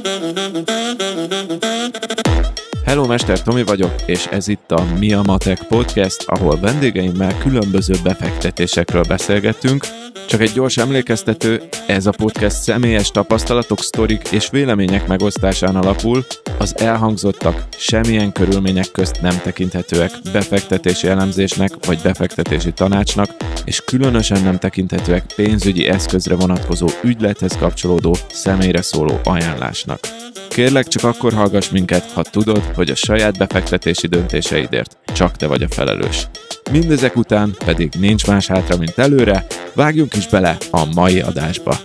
Hello, Mester Tomi vagyok, és ez itt a Mi a Matek Podcast, ahol vendégeimmel különböző befektetésekről beszélgetünk. Csak egy gyors emlékeztető, ez a podcast személyes tapasztalatok, sztorik és vélemények megosztásán alapul, az elhangzottak semmilyen körülmények közt nem tekinthetőek befektetési elemzésnek vagy befektetési tanácsnak, és különösen nem tekinthetőek pénzügyi eszközre vonatkozó ügylethez kapcsolódó személyre szóló ajánlásnak. Kérlek, csak akkor hallgass minket, ha tudod, hogy a saját befektetési döntéseidért csak te vagy a felelős. Mindezek után pedig nincs más hátra, mint előre, vágjunk is bele a mai adásba.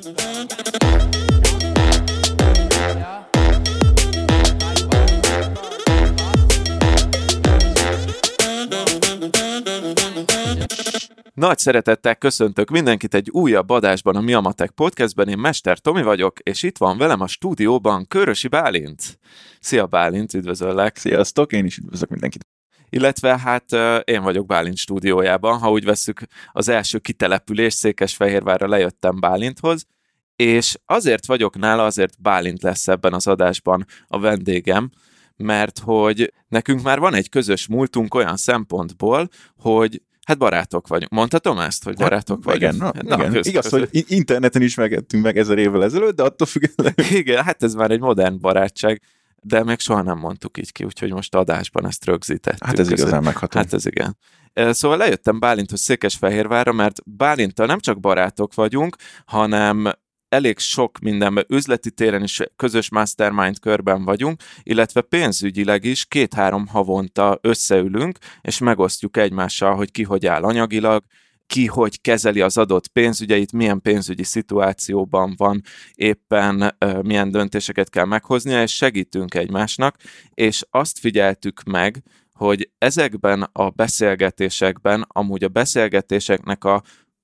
Nagy szeretettel köszöntök mindenkit egy újabb adásban a Mi a Matek Podcastben. Én Mester Tomi vagyok, és itt van velem a stúdióban Körösi Bálint. Szia Bálint, üdvözöllek! Sziasztok, én is üdvözlök mindenkit! Illetve hát én vagyok Bálint stúdiójában, ha úgy vesszük az első kitelepülés, Székesfehérvárra lejöttem Bálinthoz, és azért vagyok nála, azért Bálint lesz ebben az adásban a vendégem, mert hogy nekünk már van egy közös múltunk olyan szempontból, hogy hát barátok vagyunk. Mondhatom ezt, hogy barátok vagyunk? Igen. Igaz, hogy interneten ismerkedtünk meg 1000 évvel ezelőtt, de attól függetlenül... Igen, hát ez már egy modern barátság, de még soha nem mondtuk így ki, úgyhogy most adásban ezt rögzítettük. Hát ez igazán megható. Hát ez igen. Szóval lejöttem Bálinthoz Székesfehérvárra, mert Bálinttal nem csak barátok vagyunk, hanem elég sok mindenben, üzleti téren is közös mastermind körben vagyunk, illetve pénzügyileg is 2-3 havonta összeülünk, és megosztjuk egymással, hogy ki hogy áll anyagilag, ki hogy kezeli az adott pénzügyeit, milyen pénzügyi szituációban van, éppen milyen döntéseket kell meghoznia, és segítünk egymásnak, és azt figyeltük meg, hogy ezekben a beszélgetésekben, amúgy a beszélgetéseknek a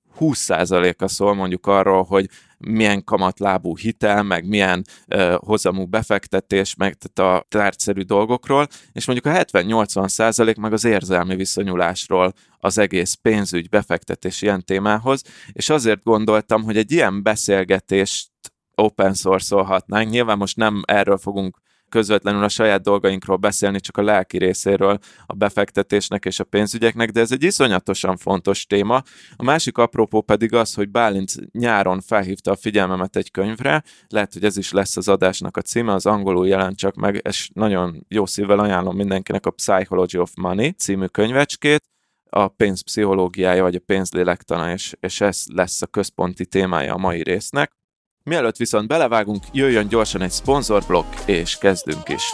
20%-a szól mondjuk arról, hogy milyen kamatlábú hitel, meg milyen hozamú befektetés, meg a tárgyszerű dolgokról, és mondjuk a 70-80% meg az érzelmi viszonyulásról az egész pénzügy, befektetés ilyen témához, és azért gondoltam, hogy egy ilyen beszélgetést open source-olhatnánk. Nyilván most nem erről fogunk közvetlenül a saját dolgainkról beszélni, csak a lelki részéről a befektetésnek és a pénzügyeknek, de ez egy iszonyatosan fontos téma. A másik apropó pedig az, hogy Bálint nyáron felhívta a figyelmemet egy könyvre, lehet, hogy ez is lesz az adásnak a címe, az angolul jelent csak meg, és nagyon jó szívvel ajánlom mindenkinek a Psychology of Money című könyvecskét, a pénz pszichológiája, vagy a pénz lélektana, és ez lesz a központi témája a mai résznek. Mielőtt viszont belevágunk, jöjjön gyorsan egy szponzorblokk, és kezdünk is.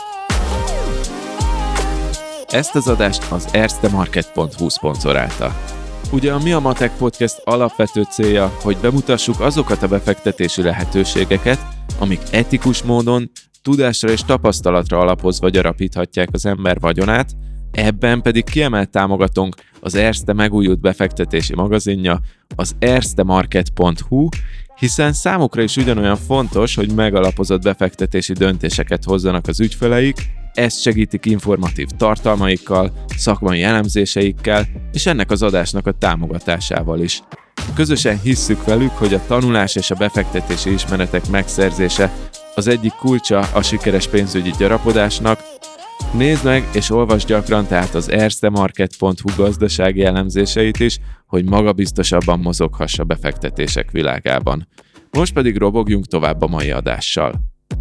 Ezt az adást az erstemarket.hu szponzorálta. Ugye a Mi a Matek Podcast alapvető célja, hogy bemutassuk azokat a befektetési lehetőségeket, amik etikus módon, tudásra és tapasztalatra alapozva gyarapíthatják az ember vagyonát, ebben pedig kiemelt támogatónk az Erste megújult befektetési magazinja, az erstemarket.hu, hiszen számukra is ugyanolyan fontos, hogy megalapozott befektetési döntéseket hozzanak az ügyfeleik, ezt segítik informatív tartalmaikkal, szakmai elemzéseikkel, és ennek az adásnak a támogatásával is. Közösen hisszük velük, hogy a tanulás és a befektetési ismeretek megszerzése az egyik kulcsa a sikeres pénzügyi gyarapodásnak. Nézd meg és olvasd gyakran tehát az erstemarket.hu gazdasági elemzéseit is, hogy magabiztosabban mozoghass a befektetések világában. Most pedig robogjunk tovább a mai adással.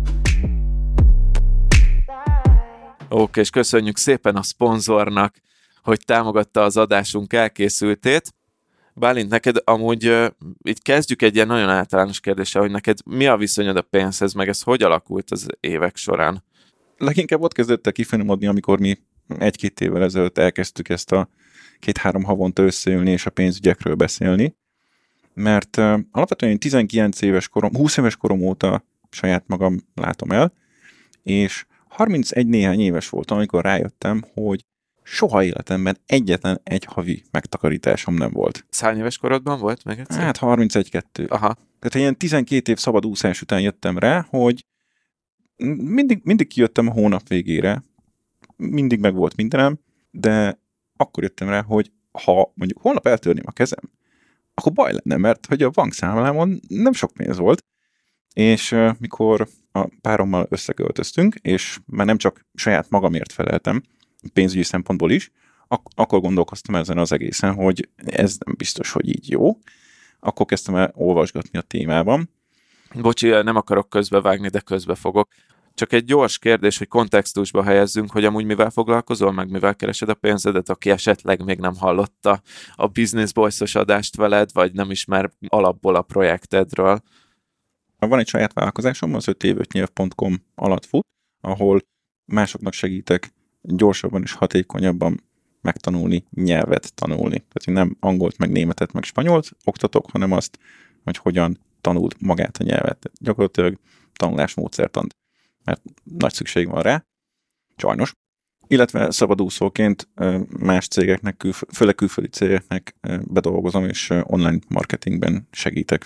Oké, és köszönjük szépen a szponzornak, hogy támogatta az adásunk elkészültét. Bálint, neked amúgy így kezdjük egy ilyen nagyon általános kérdéssel, hogy neked mi a viszonyod a pénzhez, meg ez hogy alakult az évek során? Leginkább ott kezdett el kifinomodni, amikor mi 1-2 évvel ezelőtt elkezdtük ezt a 2-3 havonta összeülni és a pénzügyekről beszélni, mert alapvetően 19 éves korom, 20 éves korom óta saját magam látom el, és 31 néhány éves voltam, amikor rájöttem, hogy soha életemben egyetlen egy havi megtakarításom nem volt. Hány éves korodban volt meg egyszer? Hát 31-2. Aha. Tehát ilyen 12 év szabad úszás után jöttem rá, hogy mindig kijöttem a hónap végére, mindig meg volt mindenem, de akkor jöttem rá, hogy ha mondjuk holnap eltörném a kezem, akkor baj lenne, mert hogy a bankszámlámon nem sok pénz volt, és mikor a párommal összeköltöztünk, és már nem csak saját magamért feleltem, pénzügyi szempontból is, akkor gondolkoztam ezen az egészen, hogy ez nem biztos, hogy így jó. Akkor kezdtem el olvasgatni a témában. Bocsi, nem akarok közbevágni, de közbe fogok. Csak egy gyors kérdés, hogy kontextusba helyezzünk, hogy amúgy mivel foglalkozol, meg mivel keresed a pénzedet, aki esetleg még nem hallotta a Business Boys-os adást veled, vagy nem ismer alapból a projektedről. Van egy saját vállalkozásom, az 5év5nyelv.com alatt fut, ahol másoknak segítek gyorsabban és hatékonyabban megtanulni, nyelvet tanulni. Tehát én nem angolt, meg németet, meg spanyolt oktatok, hanem azt, hogy hogyan tanult magát a nyelvet. Tehát gyakorlatilag tanulásmódszertant, mert nagy szükség van rá, sajnos. Illetve szabadúszóként más cégeknek, főleg külföldi cégeknek bedolgozom, és online marketingben segítek.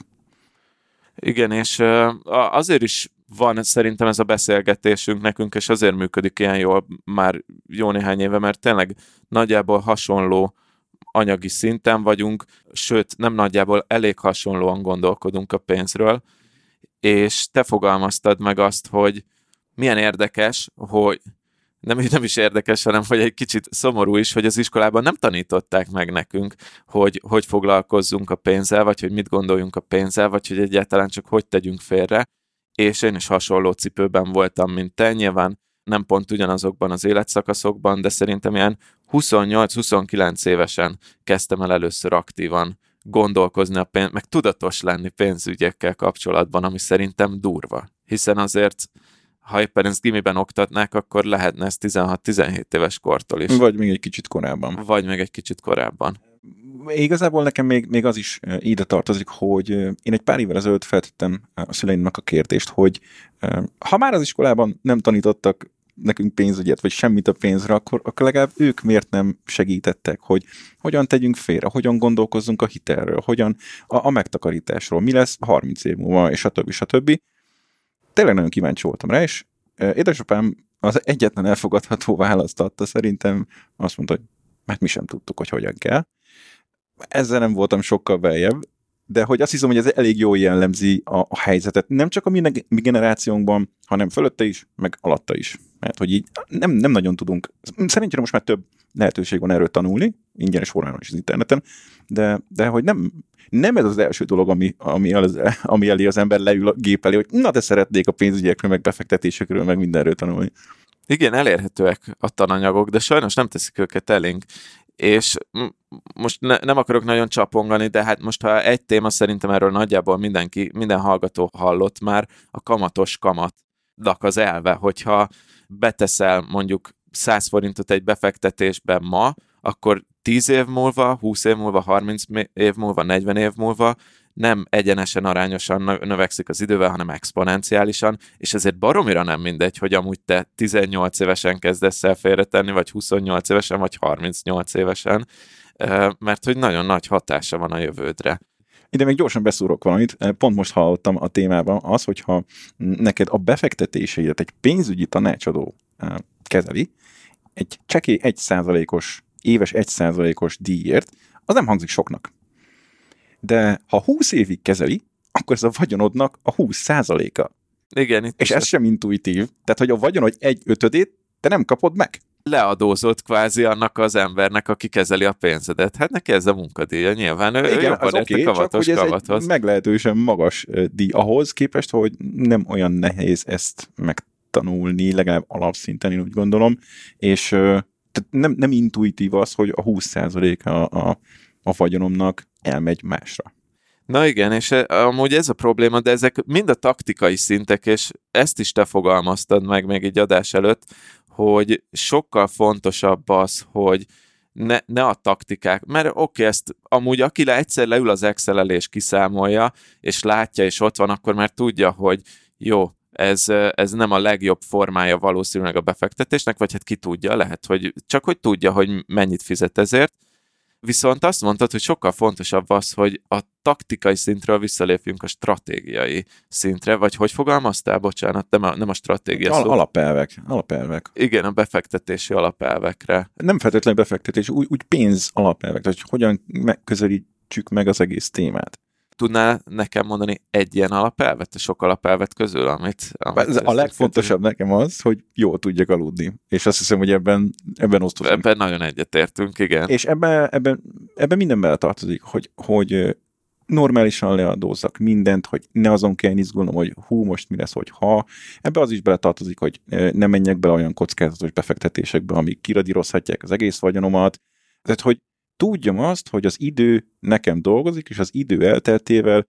Igen, és azért is van szerintem ez a beszélgetésünk nekünk, és azért működik ilyen jól már jó néhány éve, mert tényleg nagyjából hasonló anyagi szinten vagyunk, sőt, nem nagyjából, elég hasonlóan gondolkodunk a pénzről, és te fogalmaztad meg azt, hogy milyen érdekes, hogy nem is érdekes, hanem hogy egy kicsit szomorú is, hogy az iskolában nem tanították meg nekünk, hogy foglalkozzunk a pénzzel, vagy hogy mit gondoljunk a pénzzel, vagy hogy egyáltalán csak hogy tegyünk félre, és én is hasonló cipőben voltam, mint te, nyilván nem pont ugyanazokban az életszakaszokban, de szerintem ilyen 28-29 évesen kezdtem el először aktívan gondolkozni a pénz, meg tudatos lenni pénzügyekkel kapcsolatban, ami szerintem durva. Hiszen azért, ha éppen ezt gimiben oktatnák, akkor lehetne ez 16-17 éves kortól is. Vagy még egy kicsit korábban. Vagy még egy kicsit korábban. Igazából nekem még az is ide tartozik, hogy én egy pár évvel ezelőtt feltettem a szüleimnek a kérdést, hogy ha már az iskolában nem tanítottak nekünk pénzügyet, vagy semmit a pénzre, akkor legalább ők miért nem segítettek, hogy hogyan tegyünk félre, hogyan gondolkozzunk a hitelről, hogyan a megtakarításról, mi lesz 30 év múlva, és stb. Tényleg nagyon kíváncsi voltam rá, és édesapám az egyetlen elfogadható választ adta, szerintem azt mondta, hogy mert mi sem tudtuk, hogy hogyan kell. Ezzel nem voltam sokkal beljebb, de hogy azt hiszem, hogy ez elég jól jellemzi a helyzetet. Nem csak a mi generációnkban, hanem fölötte is, meg alatta is. Mert hogy így nem nagyon tudunk. Szerintem most már több lehetőség van erről tanulni, ingyenes formában is az interneten, de hogy nem ez az első dolog, ami elé az ember leül a gép elé, hogy na, de szeretnék a pénzügyekről, meg befektetésekről, meg mindenről tanulni. Igen, elérhetőek a tananyagok, de sajnos nem teszik őket elénk. És most nem akarok nagyon csapongani, de hát most ha egy téma, szerintem erről nagyjából minden hallgató hallott már, a kamatos kamatnak az elve, hogyha beteszel mondjuk 100 forintot egy befektetésben ma, akkor 10 év múlva, 20 év múlva, 30 év múlva, 40 év múlva nem egyenesen arányosan növekszik az idővel, hanem exponenciálisan, és ezért baromira nem mindegy, hogy amúgy te 18 évesen kezdesz el félretenni, vagy 28 évesen, vagy 38 évesen, mert hogy nagyon nagy hatása van a jövődre. Ide még gyorsan beszúrok valamit, pont most hallottam a témában az, hogyha neked a befektetéseidet egy pénzügyi tanácsadó kezeli, egy csekély 1%-os, éves 1%-os díjért, az nem hangzik soknak. De ha 20 évig kezeli, akkor ez a vagyonodnak a 20%-a. Igen. És ez sem intuitív. Tehát, hogy a vagyonod 1/5 te nem kapod meg. Leadózott kvázi annak az embernek, aki kezeli a pénzedet. Hát neki ez a munkadíja, nyilván. Igen, jobban az oké, csak hogy ez egy meglehetősen magas díj ahhoz képest, hogy nem olyan nehéz ezt megtanulni, legalább alapszinten, én úgy gondolom, és nem intuitív az, hogy a 20% a vagyonomnak elmegy másra. Na igen, és amúgy ez a probléma, de ezek mind a taktikai szintek, és ezt is te fogalmaztad meg még egy adás előtt, hogy sokkal fontosabb az, hogy ne a taktikák, mert oké, ezt amúgy aki egyszer leül az Excel elé és kiszámolja, és látja, és ott van, akkor már tudja, hogy jó, ez nem a legjobb formája valószínűleg a befektetésnek, vagy hát ki tudja, lehet, hogy csak hogy tudja, hogy mennyit fizet ezért. Viszont azt mondtad, hogy sokkal fontosabb az, hogy a taktikai szintről visszalépjünk a stratégiai szintre, vagy hogy fogalmaztál? Bocsánat, nem a stratégia szó. Alapelvek. Igen, a befektetési alapelvekre. Nem feltétlenül befektetés, úgy pénz alapelvek, tehát hogy hogyan közelítsük meg az egész témát. Tudnál nekem mondani egy ilyen alapelvet, a sok alapelvet közül, amit a legfontosabb nekem az, hogy jól tudjak aludni. És azt hiszem, hogy ebben osztozunk. Ebben nagyon egyetértünk, igen. És ebben minden beletartozik, hogy normálisan leadózzak mindent, hogy ne azon kell izgulnom, hogy most mi lesz, hogy ha. Ebbe az is beletartozik, hogy ne menjek bele olyan kockázatos befektetésekbe, amik kiradírozhatják az egész vagyonomat. Tehát, hogy tudjam azt, hogy az idő nekem dolgozik, és az idő elteltével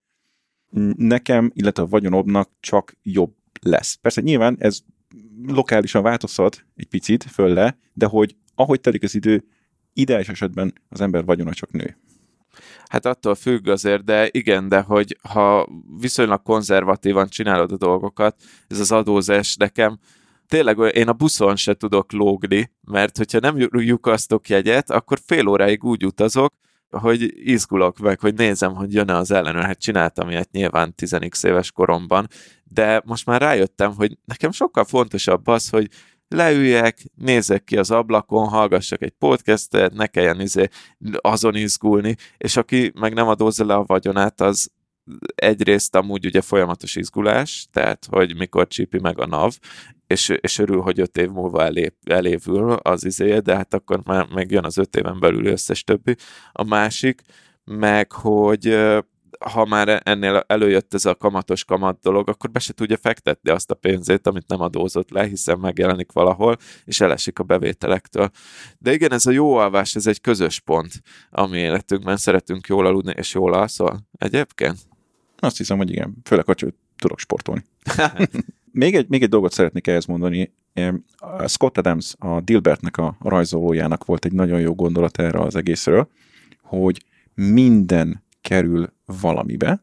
nekem, illetve a vagyonomnak csak jobb lesz. Persze nyilván ez lokálisan változhat egy picit föl le, de hogy ahogy telik az idő, ideális esetben az ember vagyona csak nő. Hát attól függ azért, de igen, de hogy ha viszonylag konzervatívan csinálod a dolgokat, ez az adózás nekem, tényleg én a buszon se tudok lógni, mert hogyha nem lyukasztok jegyet, akkor fél óráig úgy utazok, hogy izgulok meg, hogy nézem, hogy jön-e az ellenőr. Hát csináltam ilyet nyilván 10x éves koromban, de most már rájöttem, hogy nekem sokkal fontosabb az, hogy leüljek, nézzek ki az ablakon, hallgassak egy podcastet, ne kelljen azon izgulni, és aki meg nem adózza le a vagyonát, az egyrészt amúgy ugye folyamatos izgulás, tehát hogy mikor csípi meg a NAV, és örül, hogy 5 év múlva elévül az de hát akkor már megjön az 5 éven belül összes többi. A másik, meg hogy ha már ennél előjött ez a kamatos kamat dolog, akkor be se tudja fektetni azt a pénzét, amit nem adózott le, hiszen megjelenik valahol, és elesik a bevételektől. De igen, ez a jó alvás, ez egy közös pont a mi életünkben, szeretünk jól aludni, és jól alszol egyébként? Azt hiszem, hogy igen, főleg, hogy tudok sportolni. Még egy dolgot szeretnék ehhez mondani. Scott Adams, a Dilbertnek a rajzolójának volt egy nagyon jó gondolat erre az egészről, hogy minden kerül valamibe,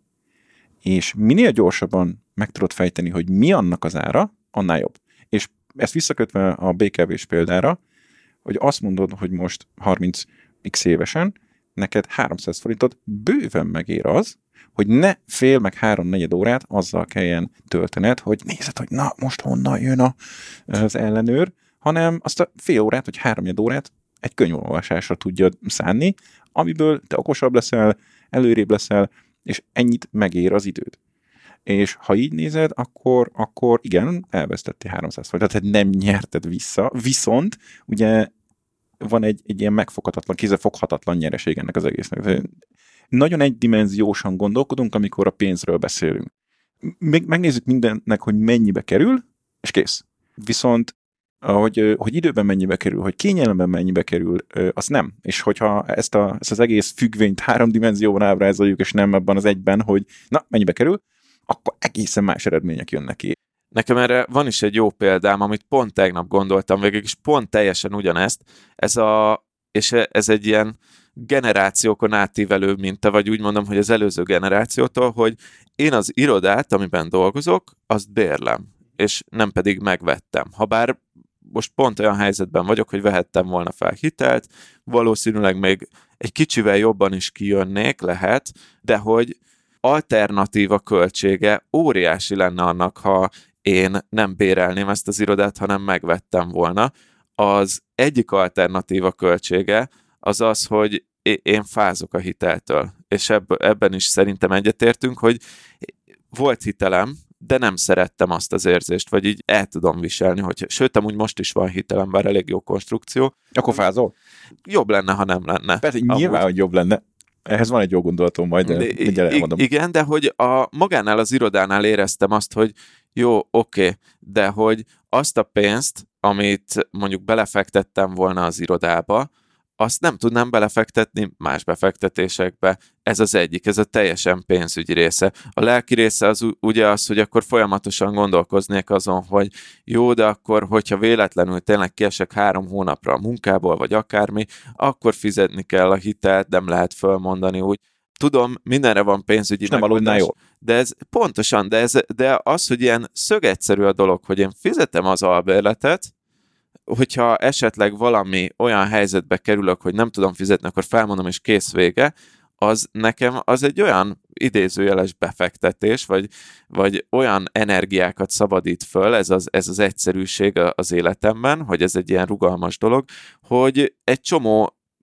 és minél gyorsabban meg tudod fejteni, hogy mi annak az ára, annál jobb. És ezt visszakötve a BKV-s példára, hogy azt mondod, hogy most 30x évesen neked 300 forintot bőven megér az, hogy ne fél meg 3-4 órát azzal kelljen töltened, hogy nézed, hogy na, most honnan jön az ellenőr, hanem azt a fél órát, vagy 3 órát egy könyvolvasásra tudjad szánni, amiből te okosabb leszel, előrébb leszel, és ennyit megér az időd. És ha így nézed, akkor igen, elvesztettél 300 forintot, tehát nem nyerted vissza, viszont ugye van egy ilyen megfoghatatlan, kézzelfoghatatlan nyereség ennek az egésznek. Nagyon egydimenziósan gondolkodunk, amikor a pénzről beszélünk. Még megnézzük mindennek, hogy mennyibe kerül, és kész. Viszont hogy időben mennyibe kerül, hogy kényelemben mennyibe kerül, az nem. És hogyha ezt az egész függvényt 3 dimenzióban ábrázoljuk, és nem ebben az egyben, hogy na, mennyibe kerül, akkor egészen más eredmények jönnek ki. Nekem erre van is egy jó példám, amit pont tegnap gondoltam végig, és pont teljesen ugyanezt. Ez egy ilyen generációkon átívelő minta, vagy úgy mondom, hogy az előző generációtól, hogy én az irodát, amiben dolgozok, azt bérlem, és nem pedig megvettem. Habár most pont olyan helyzetben vagyok, hogy vehettem volna fel hitelt, valószínűleg még egy kicsivel jobban is kijönnék, lehet, de hogy alternatíva költsége óriási lenne annak, ha én nem bérelném ezt az irodát, hanem megvettem volna. Az egyik alternatíva költsége az az, hogy én fázok a hiteltől. És ebben is szerintem egyetértünk, hogy volt hitelem, de nem szerettem azt az érzést, vagy így el tudom viselni, sőt, amúgy most is van hitelem, bár elég jó konstrukció. Akkor fázol? Jobb lenne, ha nem lenne. Persze, nyilván, hogy jobb lenne. Ehhez van egy jó gondolatom, majd mindjárt elmondom. Igen, de hogy magánál az irodánál éreztem azt, hogy jó, oké, de hogy azt a pénzt, amit mondjuk belefektettem volna az irodába, azt nem tudnám belefektetni más befektetésekbe. Ez az egyik, ez a teljesen pénzügyi része. A lelki része az ugye az, hogy akkor folyamatosan gondolkoznék azon, hogy jó, de akkor, hogyha véletlenül tényleg kiesek 3 hónapra a munkából, vagy akármi, akkor fizetni kell a hitelt, nem lehet fölmondani úgy. Tudom, mindenre van pénzügyi nem aludnál jól. De ez pontosan, de az, hogy ilyen szögegyszerű a dolog, hogy én fizetem az albérletet, hogyha esetleg valami olyan helyzetbe kerülök, hogy nem tudom fizetni, akkor felmondom, és kész vége, az nekem az egy olyan idézőjeles befektetés, vagy olyan energiákat szabadít föl, ez az egyszerűség az életemben, hogy ez egy ilyen rugalmas dolog, hogy egy csomó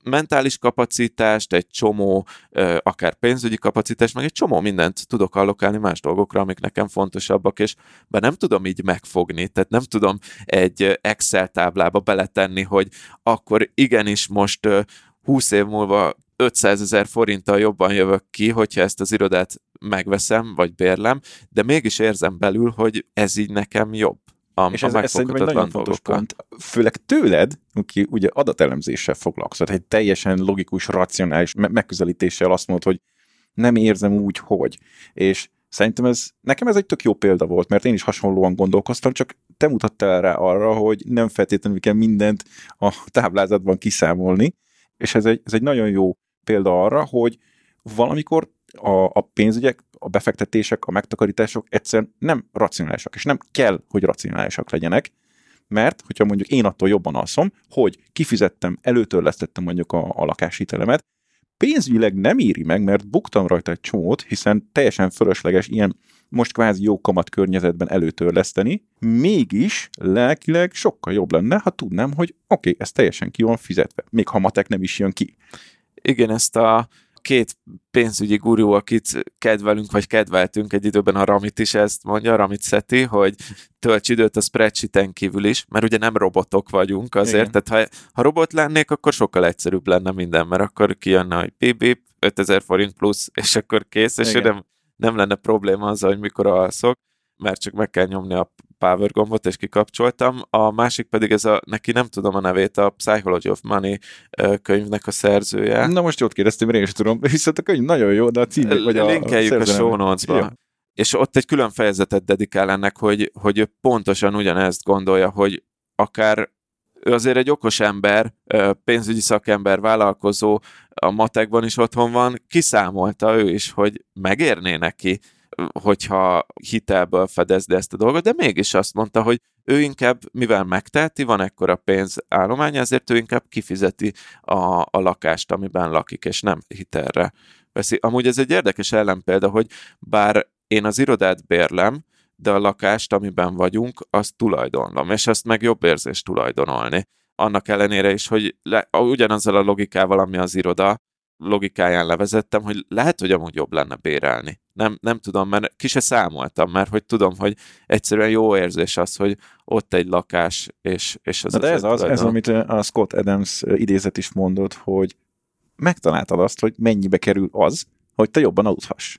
mentális kapacitást, egy csomó akár pénzügyi kapacitást, meg egy csomó mindent tudok allokálni más dolgokra, amik nekem fontosabbak, és be nem tudom így megfogni, tehát nem tudom egy Excel táblába beletenni, hogy akkor igenis most 20 év múlva 500 000 forinttal jobban jövök ki, hogyha ezt az irodát megveszem, vagy bérlem, de mégis érzem belül, hogy ez így nekem jobb. És ez szerintem egy nagyon fontos pont, főleg tőled, aki ugye adatelemzéssel foglalkozott, egy teljesen logikus, racionális megközelítéssel azt mondod, hogy nem érzem úgy, hogy. És szerintem nekem ez egy tök jó példa volt, mert én is hasonlóan gondolkoztam, csak te mutattál rá arra, hogy nem feltétlenül kell mindent a táblázatban kiszámolni, és ez egy nagyon jó példa arra, hogy valamikor a pénzügyek, a befektetések, a megtakarítások egyszerűen nem racionálisak, és nem kell, hogy racionálisak legyenek, mert hogyha mondjuk én attól jobban alszom, hogy kifizettem, előtörlesztettem mondjuk a lakáshitelemet, pénzügyileg nem éri meg, mert buktam rajta egy csomót, hiszen teljesen fölösleges ilyen most kvázi jó kamat környezetben előtörleszteni, mégis lelkileg sokkal jobb lenne, ha tudnám, hogy oké, ez teljesen ki van fizetve, még ha matek nem is jön ki. Igen, ezt a két pénzügyi gurú, akit kedvelünk, vagy kedveltünk egy időben, a Ramit is ezt mondja, Ramit Sethi, hogy tölts időt a spreadsheeten kívül is, mert ugye nem robotok vagyunk azért, igen. Tehát ha robot lennék, akkor sokkal egyszerűbb lenne minden, mert akkor kijönne, hogy bip, 5000 forint plusz, és akkor kész, és nem lenne probléma azzal, hogy mikor alszok, mert csak meg kell nyomni a power gombot, és kikapcsoltam. A másik pedig neki nem tudom a nevét, a Psychology of Money könyvnek a szerzője. Na most jót kérdeztem, én is tudom, viszont a könyv nagyon jó, de a cím vagy linkeljük a show notes-ba. És ott egy külön fejezetet dedikál ennek, hogy ő pontosan ugyanezt gondolja, hogy akár ő azért egy okos ember, pénzügyi szakember, vállalkozó, a matekban is otthon van, kiszámolta ő is, hogy megérné neki, hogyha hitelből fedezni ezt a dolgot, de mégis azt mondta, hogy ő inkább, mivel megteheti, van ekkora pénzállomány, ezért ő inkább kifizeti a lakást, amiben lakik, és nem hitelre veszi. Amúgy ez egy érdekes ellenpélda, hogy bár én az irodát bérlem, de a lakást, amiben vagyunk, azt tulajdonlom, és azt meg jobb érzés tulajdonolni. Annak ellenére is, hogy ugyanazzal a logikával, ami az iroda logikáján levezettem, hogy lehet, hogy amúgy jobb lenne bérelni. Nem tudom, mert ki se számoltam, mert hogy tudom, hogy egyszerűen jó érzés az, hogy ott egy lakás, és az... De ez, amit a Scott Adams idézet is mondott, hogy megtaláltad azt, hogy mennyibe kerül az, hogy te jobban aludhass.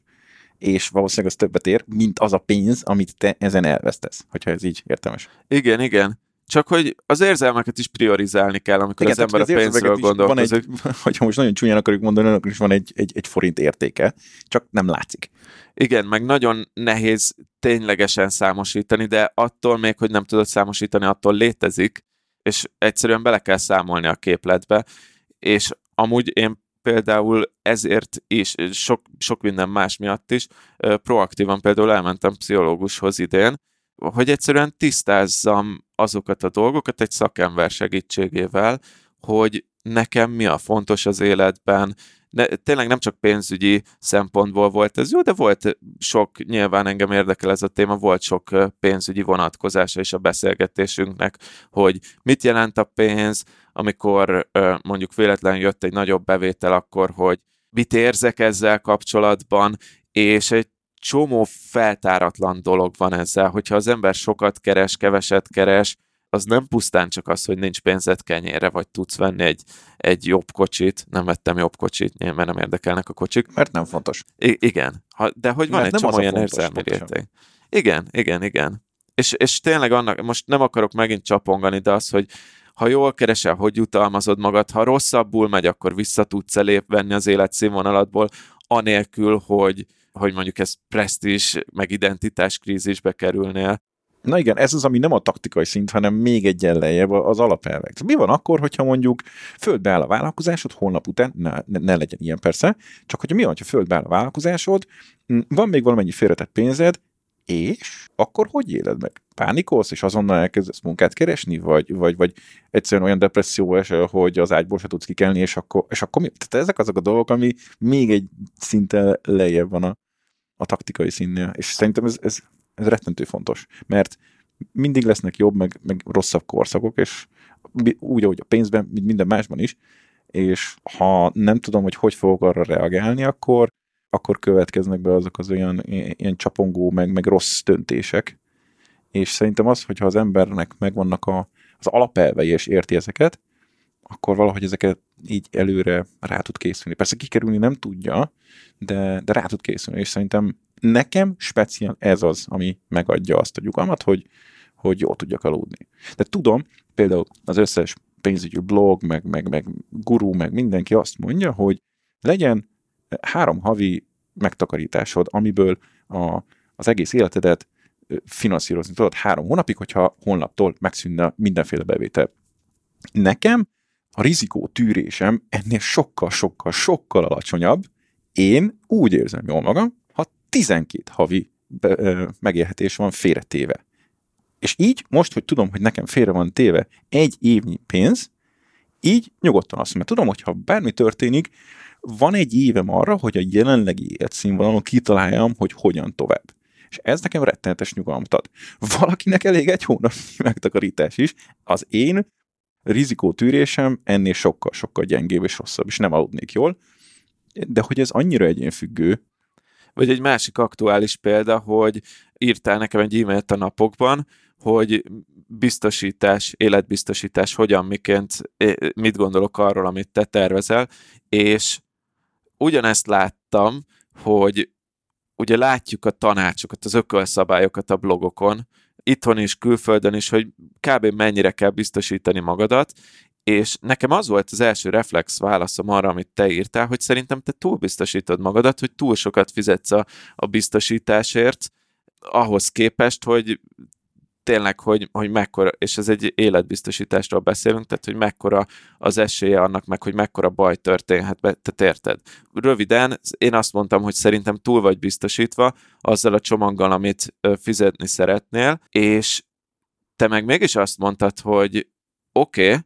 És valószínűleg az többet ér, mint az a pénz, amit te ezen elvesztesz, hogyha ez így értelmes. Igen. Csak hogy az érzelmeket is priorizálni kell, amikor igen, az ember a pénzről gondolkozik. Hogyha most nagyon csúnyán akarjuk mondani, akkor is van egy forint értéke, csak nem látszik. Igen, meg nagyon nehéz ténylegesen számosítani, de attól még, hogy nem tudod számosítani, attól létezik, és egyszerűen bele kell számolni a képletbe, és amúgy én például ezért is, sok minden más miatt is, proaktívan például elmentem pszichológushoz idén, hogy egyszerűen tisztázzam azokat a dolgokat egy szakember segítségével, hogy nekem mi a fontos az életben. Tényleg nem csak pénzügyi szempontból volt ez jó, de volt sok, nyilván engem érdekel ez a téma, volt sok pénzügyi vonatkozása is a beszélgetésünknek, hogy mit jelent a pénz, amikor mondjuk véletlenül jött egy nagyobb bevétel, akkor, hogy mit érzek ezzel kapcsolatban, és egy csomó feltáratlan dolog van ezzel, hogyha az ember sokat keres, keveset keres, az nem pusztán csak az, hogy nincs pénzed kenyérre, vagy tudsz venni egy jobb kocsit. Nem vettem jobb kocsit, mert nem érdekelnek a kocsik. Mert nem fontos. Igen, de hogy van egy csomó ilyen érzelmi réteg. Igen. És tényleg annak, most nem akarok megint csapongani, de az, hogy ha jól keresel, hogy jutalmazod magad, ha rosszabbul megy, akkor vissza tudsz venni az életszínvonalatból, anélkül, hogy mondjuk ez presztízs, meg identitáskrízisbe kerülnél. Na igen, ez az, ami nem a taktikai szint, hanem még egy lejjebb az alapelvek. Mi van akkor, hogyha mondjuk földbe áll a vállalkozásod, holnap után, ne legyen ilyen persze, csak hogyha mi van, ha földbe áll a vállalkozásod, van még valamennyi félretett pénzed, és akkor hogy éled meg? Pánikolsz, és azonnal elkezdesz munkát keresni, vagy egyszerűen olyan depresszió esel, hogy az ágyból se tudsz kikelni, és akkor mi? Tehát ezek azok a dolgok, ami még egy szinten lejjebb van a taktikai színnél. És szerintem ez rettentő fontos, mert mindig lesznek jobb, meg rosszabb korszakok, és úgy, ahogy a pénzben, mint minden másban is, és ha nem tudom, hogy fogok arra reagálni, akkor következnek be azok az ilyen csapongó, meg rossz döntések. És szerintem az, hogyha az embernek megvannak az alapelvei, és érti ezeket, akkor valahogy ezeket így előre rá tud készülni. Persze kikerülni nem tudja, de rá tud készülni, és szerintem nekem speciál ez az, ami megadja azt a nyugalmat, hogy jól tudjak aludni. De tudom, például az összes pénzügyi blog, meg gurú, meg mindenki azt mondja, hogy legyen 3 havi megtakarításod, amiből az egész életedet finanszírozni tudod 3 hónapig, hogyha holnaptól megszűnne mindenféle bevétel. Nekem a rizikó tűrésem ennél sokkal alacsonyabb. Én úgy érzem jól magam, ha 12 havi megélhetés van félretéve. És így most, hogy tudom, hogy nekem félre van téve 1 évnyi pénz, így nyugodtan azt mondom, tudom, hogy ha bármi történik, van 1 évem arra, hogy a jelenlegi életszínvonalon kitaláljam, hogy hogyan tovább. És ez nekem rettenetes nyugalmat ad. Valakinek elég 1 hónap megtakarítás is, az én rizikótűrésem ennél sokkal gyengébb és rosszabb, és nem aludnék jól, de hogy ez annyira egyénfüggő. Vagy egy másik aktuális példa, hogy írtál nekem egy e-mailt a napokban, hogy biztosítás, életbiztosítás, hogyan, miként, mit gondolok arról, amit te tervezel, és ugyanezt láttam, hogy ugye látjuk a tanácsokat, az ökölszabályokat a blogokon, itthon is, külföldön is, hogy kb. Mennyire kell biztosítani magadat, és nekem az volt az első reflex válaszom arra, amit te írtál, hogy szerintem te túlbiztosítod magadat, hogy túl sokat fizetsz a biztosításért, ahhoz képest, hogy tényleg, hogy mekkora, és ez egy életbiztosításról beszélünk, tehát, hogy mekkora az esélye annak, meg hogy mekkora baj történhet be, te érted. Röviden, én azt mondtam, hogy szerintem túl vagy biztosítva azzal a csomaggal, amit fizetni szeretnél, és te meg mégis azt mondtad, hogy oké,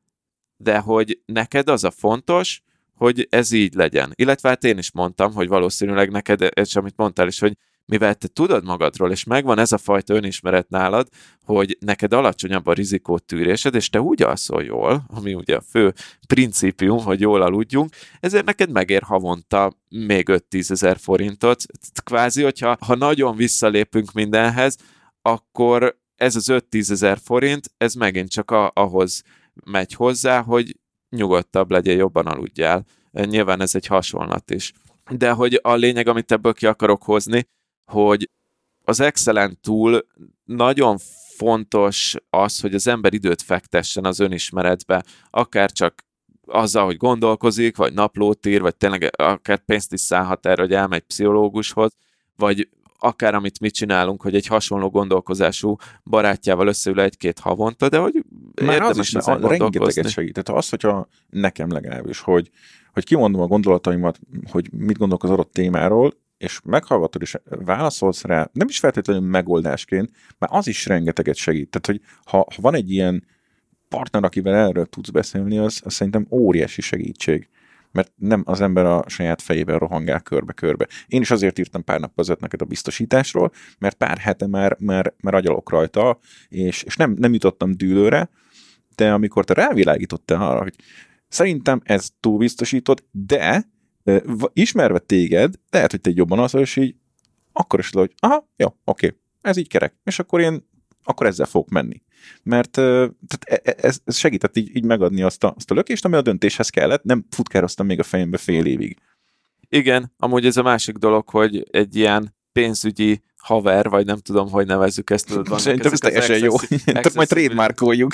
de hogy neked az a fontos, hogy ez így legyen. Illetve hát én is mondtam, hogy valószínűleg neked, és amit mondtál is, hogy mivel te tudod magadról, és megvan ez a fajta önismeret nálad, hogy neked alacsonyabb a rizikótűrésed, és te úgy alszol jól, ami ugye a fő principium, hogy jól aludjunk, ezért neked megér havonta még 5-10 ezer forintot. Kvázi, hogyha nagyon visszalépünk mindenhez, akkor ez az 5-10 ezer forint, ez megint csak ahhoz megy hozzá, hogy nyugodtabb legyél, jobban aludjál. Nyilván ez egy hasonlat is. De hogy a lényeg, amit ebből ki akarok hozni, hogy az Excel-en túl nagyon fontos az, hogy az ember időt fektessen az önismeretbe, akár csak azzal, hogy gondolkozik, vagy naplót ír, vagy tényleg akár pénzt is szállhat erre, hogy elmegy pszichológushoz, vagy akár amit mi csinálunk, hogy egy hasonló gondolkozású barátjával összeül 1-2 havonta, de hogy már az is rengeteget segít. Tehát az, hogyha nekem legalábbis, hogy kimondom a gondolataimat, hogy mit gondolok az adott témáról, és meghallgatod és válaszolsz rá, nem is feltétlenül megoldásként, már az is rengeteget segít. Tehát, hogy ha van egy ilyen partner, akivel erről tudsz beszélni, az szerintem óriási segítség. Mert nem az ember a saját fejében rohangál körbe-körbe. Én is azért írtam pár nap között neked a biztosításról, mert pár hete már agyalok rajta, és nem jutottam dűlőre, de amikor te rávilágítottál arra, hogy szerintem ez túlbiztosított, de ismerve téged, lehet, hogy te jobban az, és így akkor is hogy aha, jó, oké, ez így kerek, és akkor ezzel fogok menni. Mert ez segített így megadni azt a lökést, ami a döntéshez kellett, nem futkároztam még a fejembe fél évig. Igen, amúgy ez a másik dolog, hogy egy ilyen pénzügyi haver, vagy nem tudom, hogy nevezzük ezt. Szerintem ez teljesen jó. Majd trademarkoljuk.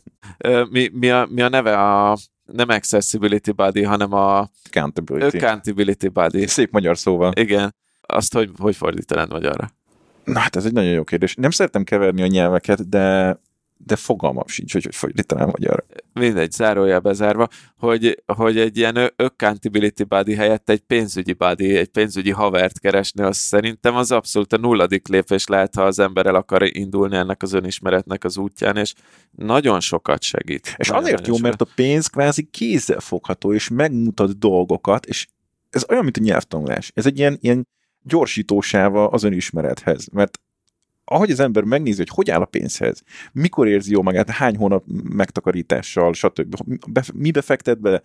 Mi a neve? Nem accessibility buddy, hanem a accountability buddy. Szép magyar szóval. Igen. Azt hogy fordítanád magyarra? Na hát ez egy nagyon jó kérdés. Nem szeretem keverni a nyelveket, de fogalmam sincs, hogy fordítanám magyarra. Mindegy, zárójel bezárva, hogy egy ilyen accountability buddy helyett egy pénzügyi buddy, egy pénzügyi havert keresni, az szerintem az abszolút a 0. lépés lehet, ha az ember el akar indulni ennek az önismeretnek az útján, és nagyon sokat segít. És azért jó, mert a pénz kvázi kézzelfogható, és megmutat dolgokat, és ez olyan, mint a nyelvtanulás. Ez egy ilyen gyorsítósáva az önismerethez, mert ahogy az ember megnézi, hogy áll a pénzhez, mikor érzi jó magát, hány hónap megtakarítással, stb. Mibe fektet bele,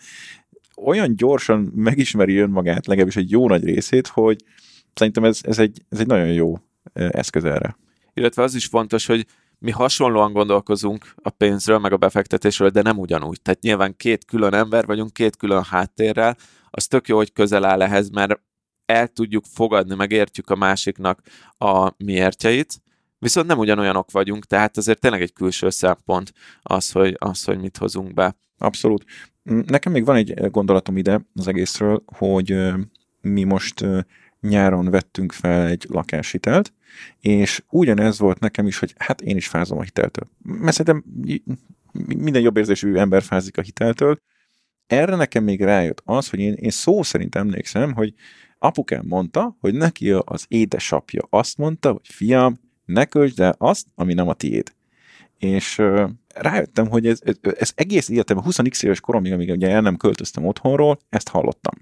olyan gyorsan megismeri önmagát, legalábbis egy jó nagy részét, hogy szerintem ez egy nagyon jó eszköz erre. Illetve az is fontos, hogy mi hasonlóan gondolkozunk a pénzről, meg a befektetésről, de nem ugyanúgy. Tehát nyilván két külön ember vagyunk, két külön háttérrel, az tök jó, hogy közel áll ehhez, mert el tudjuk fogadni, meg értjük a másiknak a miértjeit, viszont nem ugyanolyanok vagyunk, tehát azért tényleg egy külső szempont az, hogy mit hozunk be. Abszolút. Nekem még van egy gondolatom ide az egészről, hogy mi most nyáron vettünk fel egy lakáshitelt, és ugyanez volt nekem is, hogy hát én is fázom a hiteltől. Mert szerintem minden jobb érzésű ember fázik a hiteltől. Erre nekem még rájött az, hogy én szó szerint emlékszem, hogy apukám mondta, hogy neki az édesapja azt mondta, hogy fiam, ne költsd el azt, ami nem a tiéd. És rájöttem, hogy ez egész életemben, 20x éves koromig, amíg ugye el nem költöztem otthonról, ezt hallottam.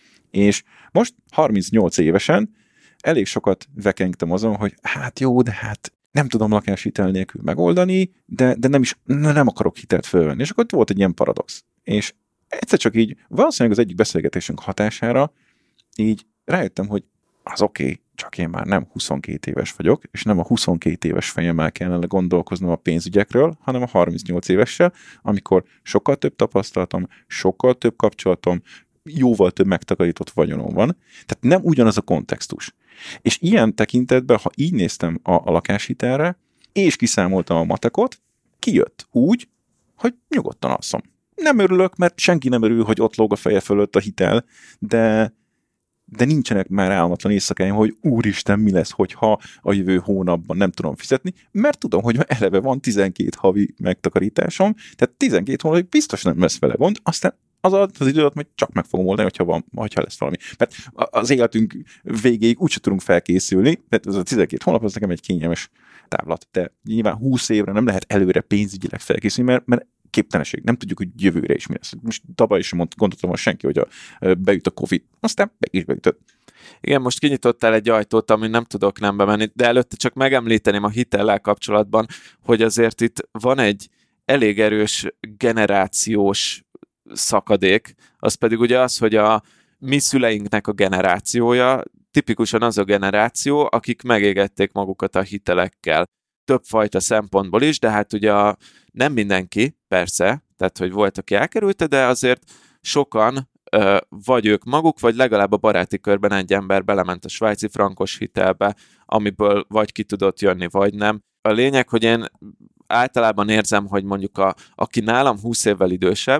És most 38 évesen elég sokat vekengtem azon, hogy hát jó, de hát nem tudom lakáshitel nélkül megoldani, de nem akarok hitelt fölvenni. És akkor volt egy ilyen paradox. És egyszer csak így, valószínűleg az egyik beszélgetésünk hatására így rájöttem, hogy az oké, csak én már nem 22 éves vagyok, és nem a 22 éves fejemmel kellene gondolkoznom a pénzügyekről, hanem a 38 évessel, amikor sokkal több tapasztalatom, sokkal több kapcsolatom, jóval több megtakarított vagyonom van. Tehát nem ugyanaz a kontextus. És ilyen tekintetben, ha így néztem a lakáshitelre, és kiszámoltam a matekot, kijött úgy, hogy nyugodtan alszom. Nem örülök, mert senki nem örül, hogy ott lóg a feje fölött a hitel, de nincsenek már álmatlan éjszakáim, hogy úristen, mi lesz, hogyha a jövő hónapban nem tudom fizetni, mert tudom, hogy eleve van 12 havi megtakarításom, tehát 12 hónapig biztos nem lesz vele gond, aztán az időt majd csak meg fogom oldani, hogyha lesz valami. Mert az életünk végéig úgyse tudunk felkészülni, tehát az a 12 hónap az nekem egy kényelmes távlat, de nyilván 20 évre nem lehet előre pénzügyileg felkészülni, mert képtelenség. Nem tudjuk, hogy jövőre is mi lesz. Most tavaly is gondoltam senki, hogy beüt a Covid. Aztán meg is beütött. Igen, most kinyitottál egy ajtót, amin nem tudok nem bemenni, de előtte csak megemlíteném a hitellel kapcsolatban, hogy azért itt van egy elég erős generációs szakadék, az pedig ugye az, hogy a mi szüleinknek a generációja tipikusan az a generáció, akik megégették magukat a hitelekkel. Többfajta szempontból is, de hát ugye nem mindenki, persze, tehát hogy volt, aki elkerülte, de azért sokan, vagy ők maguk, vagy legalább a baráti körben egy ember belement a svájci frankos hitelbe, amiből vagy ki tudott jönni, vagy nem. A lényeg, hogy én általában érzem, hogy mondjuk aki nálam 20 évvel idősebb,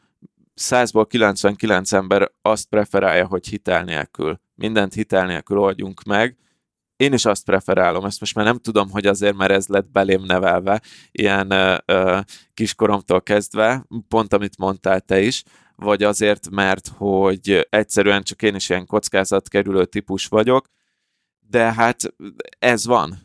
100-ból 99 ember azt preferálja, hogy hitel nélkül. Mindent hitel nélkül oldjunk meg. Én is azt preferálom, ezt most már nem tudom, hogy azért, mert ez lett belém nevelve, ilyen kiskoromtól kezdve, pont amit mondtál te is, vagy azért, mert hogy egyszerűen csak én is ilyen kockázatkerülő típus vagyok, de hát ez van,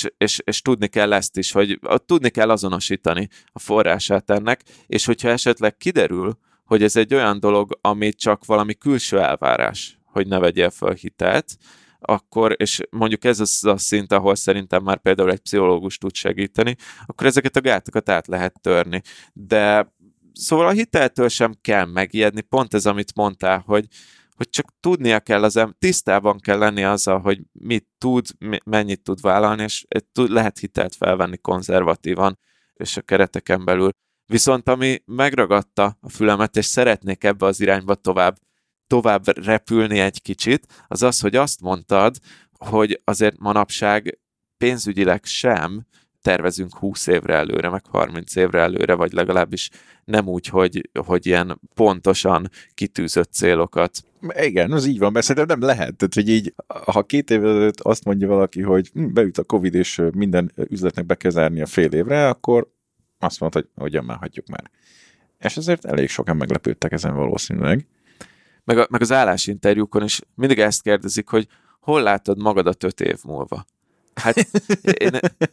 és tudni kell ezt is, hogy tudni kell azonosítani a forrását ennek, és hogyha esetleg kiderül, hogy ez egy olyan dolog, ami csak valami külső elvárás, hogy ne vegyél föl hitelt, akkor, és mondjuk ez az a szint, ahol szerintem már például egy pszichológus tud segíteni, akkor ezeket a gátokat át lehet törni. De szóval a hiteltől sem kell megijedni, pont ez, amit mondtál, hogy csak tudnia kell tisztában kell lenni azzal, hogy mit tud, mennyit tud vállalni, és lehet hitelt felvenni konzervatívan, és a kereteken belül. Viszont ami megragadta a fülemet, és szeretnék ebbe az irányba tovább repülni egy kicsit, az az, hogy azt mondtad, hogy azért manapság pénzügyileg sem tervezünk 20 évre előre, meg 30 évre előre, vagy legalábbis nem úgy, hogy ilyen pontosan kitűzött célokat. Igen, az így van, mert szerintem nem lehet. Tehát, hogy így, ha 2 évvel előtt azt mondja valaki, hogy beüt a Covid, és minden üzletnek be kell zárni a fél évre, akkor azt mondta, hogy ugyan már hagyjuk már. És ezért elég sokan meglepődtek ezen valószínűleg. Meg az állásinterjúkon is mindig ezt kérdezik, hogy hol látod magadat 5 év múlva? Hát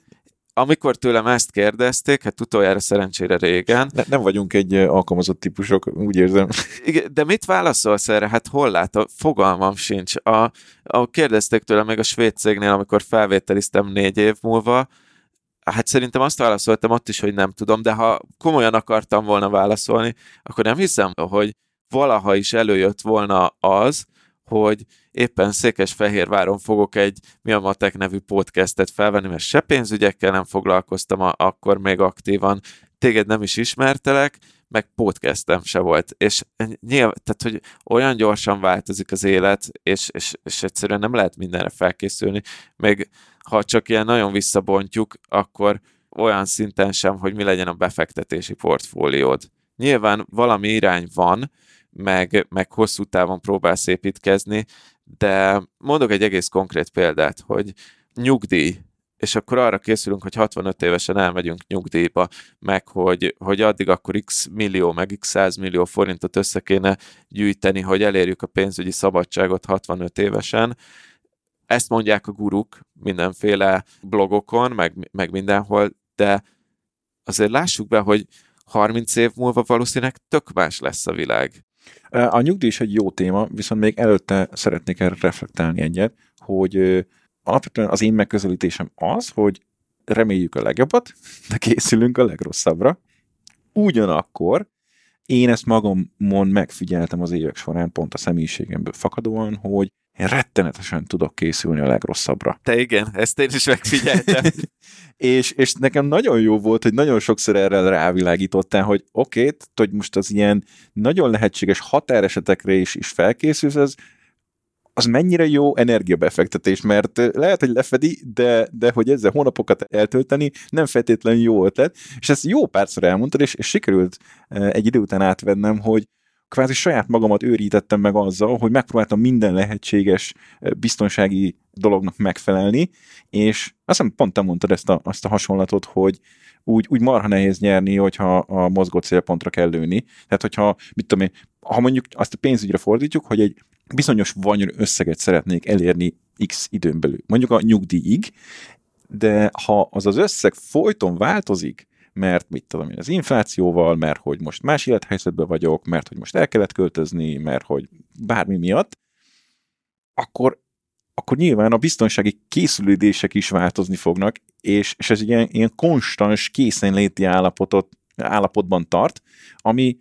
amikor tőlem ezt kérdezték, hát utoljára szerencsére régen. Nem vagyunk egy alkalmazott típusok, úgy érzem. Igen, de mit válaszolsz erre? Hát hol látom? Fogalmam sincs. Kérdezték tőlem még a svéd cégnél, amikor felvételiztem 4 év múlva, hát szerintem azt válaszoltam ott is, hogy nem tudom, de ha komolyan akartam volna válaszolni, akkor nem hiszem, hogy valaha is előjött volna az, hogy éppen Székesfehérváron fogok egy Mi a Matek nevű podcastet felvenni, mert se pénzügyekkel nem foglalkoztam akkor még aktívan, téged nem is ismertelek, meg podcastem se volt. És nyilván, tehát, hogy olyan gyorsan változik az élet, és egyszerűen nem lehet mindenre felkészülni, még ha csak ilyen nagyon visszabontjuk, akkor olyan szinten sem, hogy mi legyen a befektetési portfóliód. Nyilván valami irány van, meg hosszú távon próbálsz építkezni, de mondok egy egész konkrét példát, hogy nyugdíj, és akkor arra készülünk, hogy 65 évesen elmegyünk nyugdíjba, meg hogy addig akkor x millió, meg x 100 millió forintot össze kéne gyűjteni, hogy elérjük a pénzügyi szabadságot 65 évesen. Ezt mondják a guruk mindenféle blogokon, meg mindenhol, de azért lássuk be, hogy 30 év múlva valószínűleg tök más lesz a világ. A nyugdíj is egy jó téma, viszont még előtte szeretnék erre reflektálni egyet, hogy alapvetően az én megközelítésem az, hogy reméljük a legjobbat, de készülünk a legrosszabbra. Ugyanakkor én ezt magamon megfigyeltem az évek során, pont a személyiségemből fakadóan, hogy én rettenetesen tudok készülni a legrosszabbra. Te igen, ezt én is megfigyeltem. és nekem nagyon jó volt, hogy nagyon sokszor erre rávilágítottál, hogy oké, hogy most az ilyen nagyon lehetséges határesetekre is felkészülsz, az mennyire jó energiabefektetés, mert lehet, hogy lefedi, de hogy ezzel hónapokat eltölteni nem feltétlenül jó ötlet, és ezt jó párszor elmondtad, és sikerült egy idő után átvennem, hogy kvázi saját magamat őrítettem meg azzal, hogy megpróbáltam minden lehetséges biztonsági dolognak megfelelni, és azt hiszem pont te mondtad azt a hasonlatot, hogy úgy marha nehéz nyerni, hogyha a mozgó célpontra kell lőni. Tehát, hogyha, mit tudom én, ha mondjuk azt a pénzügyre fordítjuk, hogy egy bizonyos vanyar összeget szeretnék elérni x időn belül, mondjuk a nyugdíjig, de ha az összeg folyton változik, mert mit tudom én, az inflációval, mert hogy most más élethelyzetben vagyok, mert hogy most el kellett költözni, mert hogy bármi miatt, akkor nyilván a biztonsági készülődések is változni fognak, és ez ilyen konstans készenléti állapotban tart, ami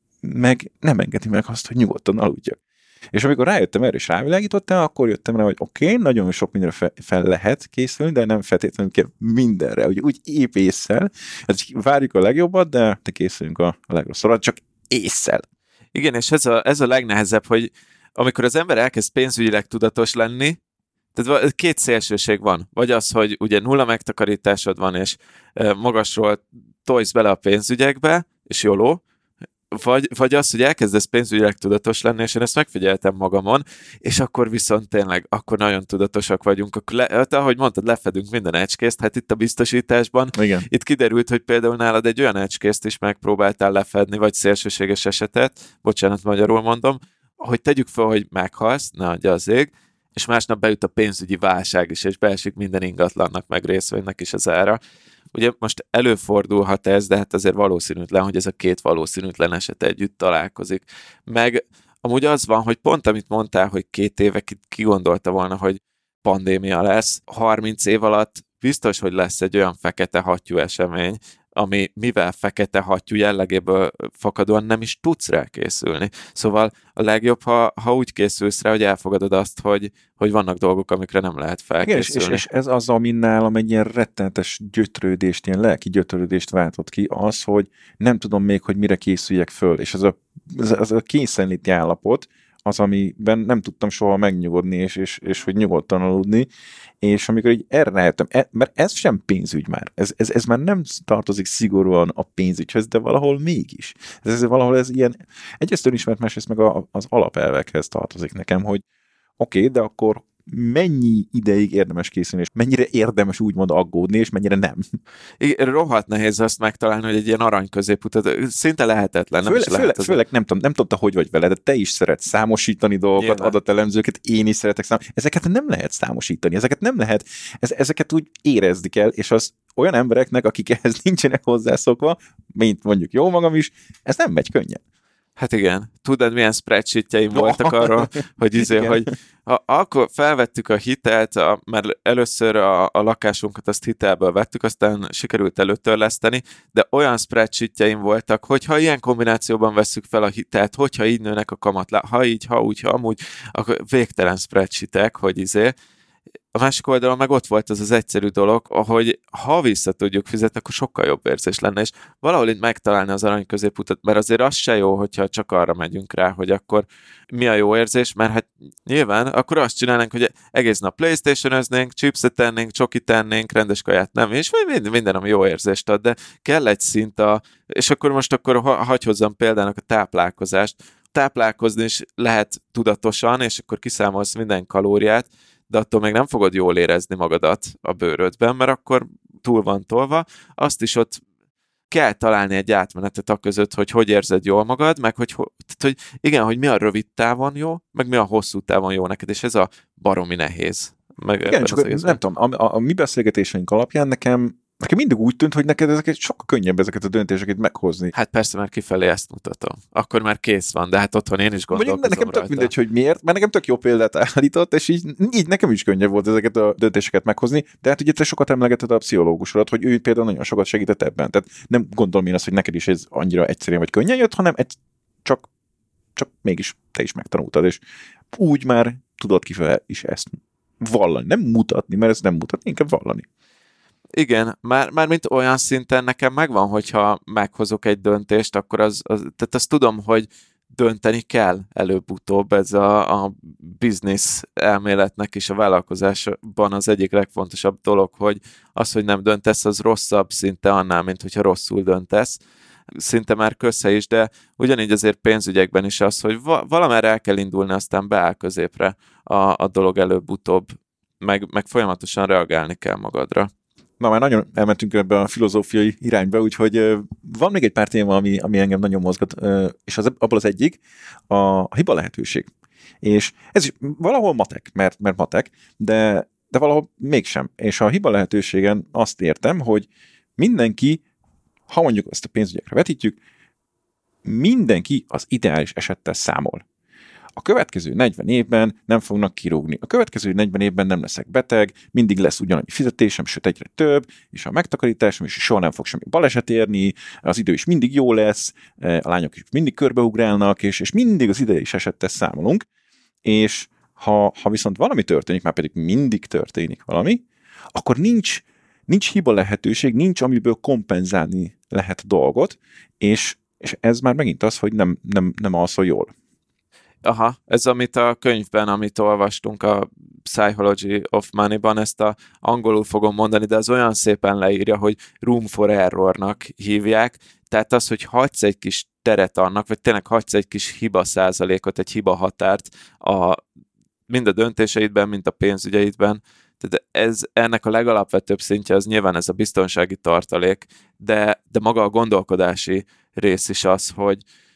meg nem engedi meg azt, hogy nyugodtan aludjak. És amikor rájöttem erre, és rávilágítottál, akkor jöttem rá, hogy oké, nagyon sok mindenre fel lehet készülni, de nem feltétlenül kell mindenre, úgy épp ésszel. Várjuk a legjobbat, de készülünk a legrosszabbat, csak ésszel. Igen, és ez a legnehezebb, hogy amikor az ember elkezd pénzügyileg tudatos lenni, tehát két szélsőség van. Vagy az, hogy ugye nulla megtakarításod van, és magasról tojsz bele a pénzügyekbe, és jóló, vagy az, hogy elkezdesz pénzügyileg tudatos lenni, és én ezt megfigyeltem magamon, és akkor viszont tényleg, akkor nagyon tudatosak vagyunk. Akkor ahogy mondtad, lefedünk minden ecskészt, hát itt a biztosításban. Igen. Itt kiderült, hogy például nálad egy olyan ecskészt is megpróbáltál lefedni, vagy szélsőséges esetet, bocsánat, magyarul mondom, hogy tegyük fel, hogy meghalsz, ne adja az ég, és másnap beüt a pénzügyi válság is, és beesik minden ingatlannak, meg részvénynek is az ára. Ugye most előfordulhat ez, de hát azért valószínűtlen, hogy ez a két valószínűtlen eset együtt találkozik. Meg amúgy az van, hogy pont amit mondtál, hogy 2 éve ki gondolta volna, hogy pandémia lesz, 30 év alatt biztos, hogy lesz egy olyan fekete hattyú esemény, ami mivel fekete hattyú jellegéből fakadóan nem is tudsz rá készülni. Szóval a legjobb, ha úgy készülsz rá, hogy elfogadod azt, hogy vannak dolgok, amikre nem lehet felkészülni. Igen, és ez az, ami nálam egy ilyen rettenetes gyötrődést, ilyen lelki gyötrődést váltott ki, az, hogy nem tudom még, hogy mire készüljek föl. És ez a kényszerléti állapot, az, amiben nem tudtam soha megnyugodni, és hogy nyugodtan aludni, és amikor így erre rájöttem, mert ez sem pénzügy már, ez már nem tartozik szigorúan a pénzügyhöz, de valahol mégis. Valahol ez ilyen, egyrészt önismert, másrészt meg az alapelvekhez tartozik nekem, hogy oké, de akkor mennyi ideig érdemes készülni, és mennyire érdemes úgymond aggódni, és mennyire nem. Rohadt nehéz azt megtalálni, hogy egy ilyen arany középutat, szinte lehetetlen. Főleg nem tudom, te hogy vagy vele, de te is szeretsz számosítani dolgokat, Nyilván. adatelemzőket, én is szeretek számosítani. Ezeket nem lehet számosítani, ezeket nem lehet, ezeket úgy érezni kell, és az olyan embereknek, akik ehhez nincsenek hozzászokva, mint mondjuk jó magam is, ez nem megy könnyen. Hát igen. Tudod, milyen spreadsheetjeim voltak arról, hogy akkor felvettük a hitelt, mert először a lakásunkat azt hitelből vettük, aztán sikerült előtörleszteni, de olyan spreadsheetjeim voltak, hogyha ilyen kombinációban vesszük fel a hitelt, hogyha így nőnek a kamat, ha így, ha úgy, ha amúgy, akkor végtelen spreadsheetek, hogy a másik oldalon meg ott volt az egyszerű dolog, hogy ha vissza tudjuk fizetni, akkor sokkal jobb érzés lenne, és valahol itt megtalálni az arany középutat, mert azért az se jó, hogyha csak arra megyünk rá, hogy akkor mi a jó érzés, mert hát nyilván akkor azt csinálnánk, hogy egész nap PlayStation-öznénk, chipset tennénk, csokit tennénk, rendes kaját nem, és minden, ami jó érzést ad, de kell egy szint és akkor hagyj hozzam példának a táplálkozást. Táplálkozni is lehet tudatosan, és akkor kiszámolsz minden kalóriát, de attól még nem fogod jól érezni magadat a bőrödben, mert akkor túl van tolva. Azt is ott kell találni egy átmenetet aközött, hogy érzed jól magad, meg hogy mi a rövid távon jó, meg mi a hosszú távon jó neked, és ez a baromi nehéz. Igen, csak nem tudom, a mi beszélgetéseink alapján nekem mindig úgy tűnt, hogy neked ezeket sokkal könnyebb ezeket a döntéseket meghozni. Hát persze, már kifelé ezt mutatom. Akkor már kész van, de hát otthon én is gondolkozom nekem tök mindegy, hogy miért, mert nekem tök jó példát állított, és így nekem is könnyebb volt ezeket a döntéseket meghozni, de hát ugye te sokat emlegeted a pszichológusodat, hogy ő például nagyon sokat segített ebben. Tehát nem gondolom én azt, hogy neked is ez annyira egyszerűen vagy könnyen jött, hanem csak mégis te is megtanultad, és úgy már tudod kifele is ezt vallani. Nem mutatni, mert ez nem mutatni, inkább vallani. Igen, már mint olyan szinten nekem megvan, hogyha meghozok egy döntést, akkor tehát azt tudom, hogy dönteni kell előbb-utóbb. Ez a business elméletnek és a vállalkozásban az egyik legfontosabb dolog, hogy az, hogy nem döntesz, az rosszabb szinte annál, mint hogyha rosszul döntesz. Szinte már kösze is, de ugyanígy azért pénzügyekben is az, hogy valamerre el kell indulni, aztán beáll középre a dolog előbb-utóbb, meg folyamatosan reagálni kell magadra. Na, már nagyon elmentünk ebbe a filozófiai irányba, úgyhogy van még egy pár téma, ami engem nagyon mozgat, és abból az egyik a hiba lehetőség. És ez is valahol matek, mert matek, de valahol mégsem. És a hiba lehetőségen azt értem, hogy mindenki, ha mondjuk azt a pénzügyekre vetítjük, mindenki az ideális esettel számol. A következő 40 évben nem fognak kirúgni. A következő 40 évben nem leszek beteg, mindig lesz ugyanannyi fizetésem, sőt egyre több, és a megtakarításom is soha nem fog semmi baleset érni, az idő is mindig jó lesz, a lányok is mindig körbeugrálnak, és mindig az ideális esettel számolunk, és ha viszont valami történik, már pedig mindig történik valami, akkor nincs hiba lehetőség, nincs amiből kompenzálni lehet dolgot, és ez már megint az, hogy nem alszol jól. Aha, ez amit a könyvben, amit olvastunk a Psychology of Money-ban, ezt angolul fogom mondani, de az olyan szépen leírja, hogy room for errornak hívják, tehát az, hogy hagysz egy kis teret annak, vagy tényleg hagysz egy kis hiba százalékot, egy hiba határt mind a döntéseidben, mind a pénzügyeidben. Tehát ennek a legalapvetőbb szintje az nyilván ez a biztonsági tartalék, de maga a gondolkodási rész is az, hogy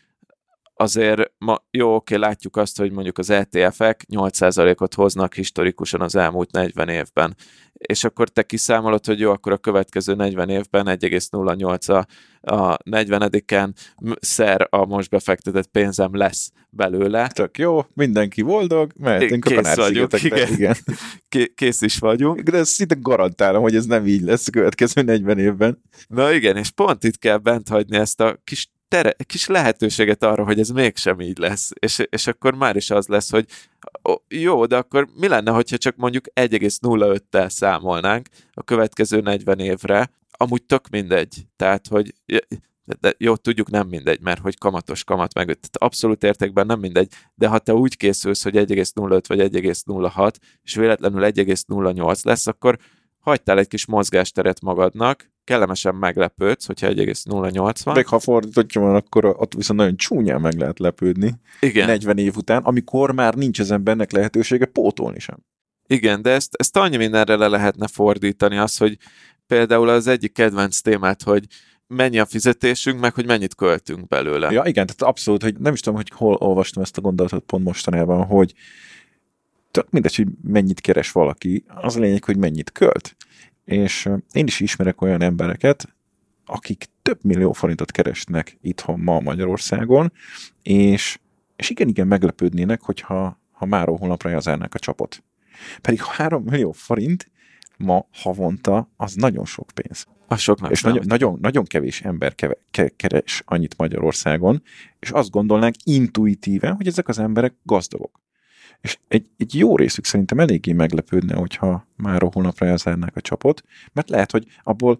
azért oké, látjuk azt, hogy mondjuk az ETF-ek 8%-ot hoznak historikusan az elmúlt 40 évben. És akkor te kiszámolod, hogy jó, akkor a következő 40 évben 1,08 a 40-en szer a most befektetett pénzem lesz belőle. Tök jó, mindenki boldog, mehetünk a Kanári-szigetekre. Igen. Kész is vagyunk. De ezt szinte garantálom, hogy ez nem így lesz a következő 40 évben. Na igen, és pont itt kell bent hagyni ezt a kis lehetőséget arra, hogy ez mégsem így lesz. És akkor már is az lesz, hogy jó, de akkor mi lenne, hogyha csak mondjuk 1,05-tel számolnánk a következő 40 évre, amúgy tök mindegy. Tehát, hogy de jó, tudjuk, nem mindegy, mert hogy kamatos kamat meg, tehát abszolút értékben nem mindegy, de ha te úgy készülsz, hogy 1,05 vagy 1,06, és véletlenül 1,08 lesz, akkor hagytál egy kis mozgásteret magadnak, kellemesen meglepődsz, hogyha 1,08 van. Még ha fordítottja van, akkor ott viszont nagyon csúnyán meg lehet lepődni. Igen. 40 év után, amikor már nincs az embernek lehetősége pótolni sem. Igen, de ezt annyi mindenre le lehetne fordítani, az, hogy például az egyik kedvenc témát, hogy mennyi a fizetésünk, meg hogy mennyit költünk belőle. Ja, igen, tehát abszolút, hogy nem is tudom, hogy hol olvastam ezt a gondolatot pont mostanában, hogy tök mindegy, hogy mennyit keres valaki, az a lényeg, hogy mennyit költ. És én is ismerek olyan embereket, akik több millió forintot keresnek itthon ma Magyarországon, és igen meglepődnének, hogyha máról holnapra jazárnák a csapot. Pedig 3 millió forint ma havonta az nagyon sok pénz. És nagyon kevés ember keres annyit Magyarországon, és azt gondolnánk intuitíven, hogy ezek az emberek gazdagok. És egy jó részük szerintem eléggé meglepődne, hogyha máról holnapra elzárnák a csapot, mert lehet, hogy abból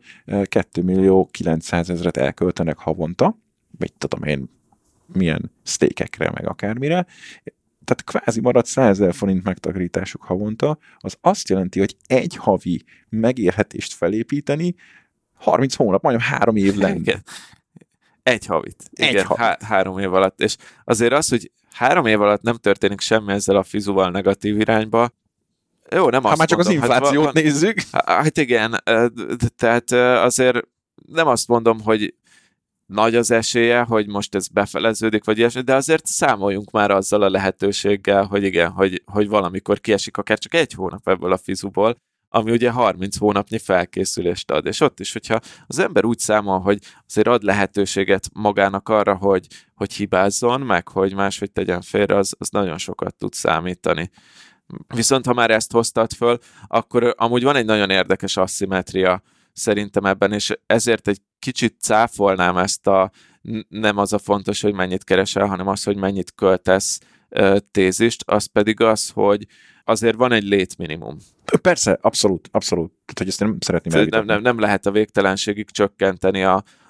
2.900.000 elköltenek havonta, vagy tudom én milyen sztékekre, meg akármire, tehát kvázi marad 100.000 forint megtakarításuk havonta, az azt jelenti, hogy egy havi megélhetést felépíteni 30 hónap, majdnem 3 év lenne. Igen. Egy havit. Igen, 3 év alatt. És azért az, hogy 3 év alatt nem történik semmi ezzel a fizuval negatív irányba, jó, nem azt már csak mondom, az inflációt nézzük. Hát igen, tehát azért nem azt mondom, hogy nagy az esélye, hogy most ez befeleződik, vagy ilyesmi, de azért számoljunk már azzal a lehetőséggel, hogy igen, hogy valamikor kiesik akár csak 1 hónap ebből a fizuból, ami ugye 30 hónapnyi felkészülést ad. És ott is, hogyha az ember úgy számol, hogy azért ad lehetőséget magának arra, hogy hibázzon, meg hogy máshogy tegyen félre, az nagyon sokat tud számítani. Viszont ha már ezt hoztad föl, akkor amúgy van egy nagyon érdekes asszimetria szerintem ebben, és ezért egy kicsit cáfolnám ezt nem az a fontos, hogy mennyit keresel, hanem az, hogy mennyit költesz tézist, az pedig az, hogy azért van egy létminimum. Persze, abszolút. Tehát, hogy ezt nem szeretném elvitatni. Nem lehet a végtelenségig csökkenteni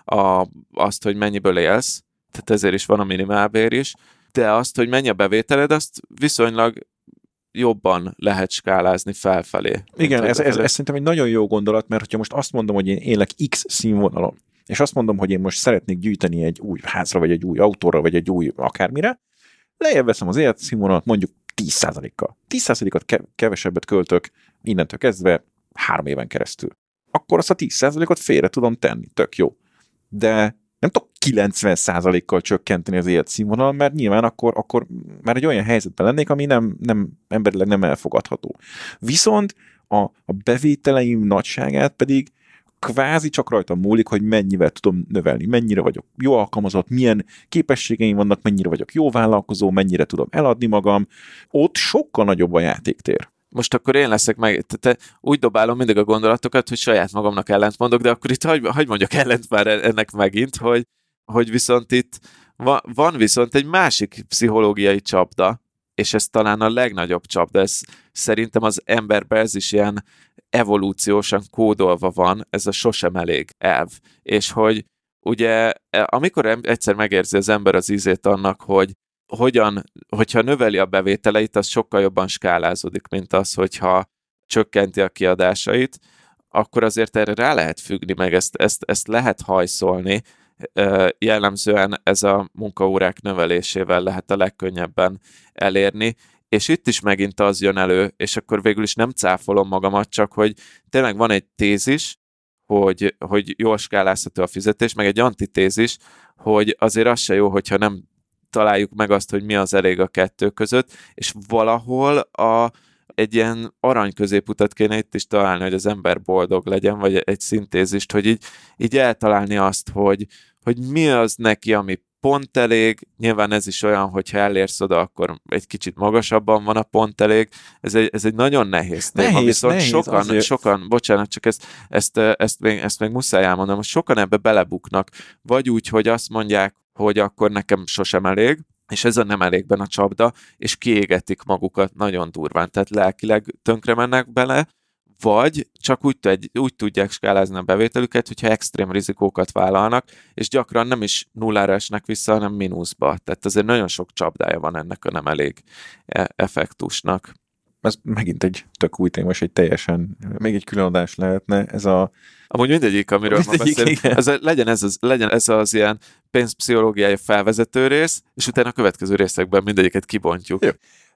azt, hogy mennyiből élsz, tehát ezért is van a minimálbér is, de azt, hogy mennyi a bevételed, azt viszonylag jobban lehet skálázni felfelé. Igen, ez szerintem egy nagyon jó gondolat, mert hogyha most azt mondom, hogy én élek X színvonalon, és azt mondom, hogy én most szeretnék gyűjteni egy új házra, vagy egy új autóra, vagy egy új akármire, lejjebb veszem az életszínvonalat mondjuk 10%-kal. 10%-ot kevesebbet költök innentől kezdve 3 éven keresztül. Akkor azt a 10%-ot félre tudom tenni. Tök jó. De nem tudok 90%-kal csökkenteni az életszínvonal, mert nyilván akkor már egy olyan helyzetben lennék, ami nem emberileg nem elfogadható. Viszont a bevételeim nagyságát pedig kvázi csak rajtam múlik, hogy mennyivel tudom növelni, mennyire vagyok jó alkalmazott, milyen képességeim vannak, mennyire vagyok jó vállalkozó, mennyire tudom eladni magam. Ott sokkal nagyobb a játéktér. Most akkor én leszek meg, te úgy dobálom mindig a gondolatokat, hogy saját magamnak ellent mondok, de akkor itt hagy mondjak ellent már ennek megint, hogy viszont itt van viszont egy másik pszichológiai csapda, és ez talán a legnagyobb csapda, ez szerintem az emberben ez is ilyen evolúciósan kódolva van, ez a sosem elég elv. És hogy ugye, amikor egyszer megérzi az ember az ízét annak, hogyha növeli a bevételeit, az sokkal jobban skálázódik, mint az, hogyha csökkenti a kiadásait, akkor azért erre rá lehet függni, meg ezt lehet hajszolni. Jellemzően ez a munkaórák növelésével lehet a legkönnyebben elérni, és itt is megint az jön elő, és akkor végül is nem cáfolom magamat, csak hogy tényleg van egy tézis, hogy jól skálázható a fizetés, meg egy antitézis, hogy azért az se jó, hogyha nem találjuk meg azt, hogy mi az elég a kettő között, és valahol egy ilyen arany középutat kéne itt is találni, hogy az ember boldog legyen, vagy egy szintézist, hogy így eltalálni azt, hogy mi az neki, ami pont elég, nyilván ez is olyan, hogyha elérsz oda, akkor egy kicsit magasabban van a pont elég, ez egy nagyon nehéz téma, viszont sokan, bocsánat, csak ezt még muszáj elmondanom, hogy sokan ebbe belebuknak, vagy úgy, hogy azt mondják, hogy akkor nekem sosem elég, és ez a nem elégben a csapda, és kiégetik magukat nagyon durván, tehát lelkileg tönkre mennek bele, vagy csak úgy tudják skálázni a bevételüket, hogyha extrém rizikókat vállalnak, és gyakran nem is nullára esnek vissza, hanem mínuszba. Tehát azért nagyon sok csapdája van ennek a nem elég effektusnak. Ez megint egy tök új téma, és egy teljesen, még egy külön adás lehetne. Amúgy mindegyik, amiről ma beszélünk, legyen ez az ilyen pénzpszichológiai felvezető rész, és utána a következő részekben mindegyiket kibontjuk. Jó.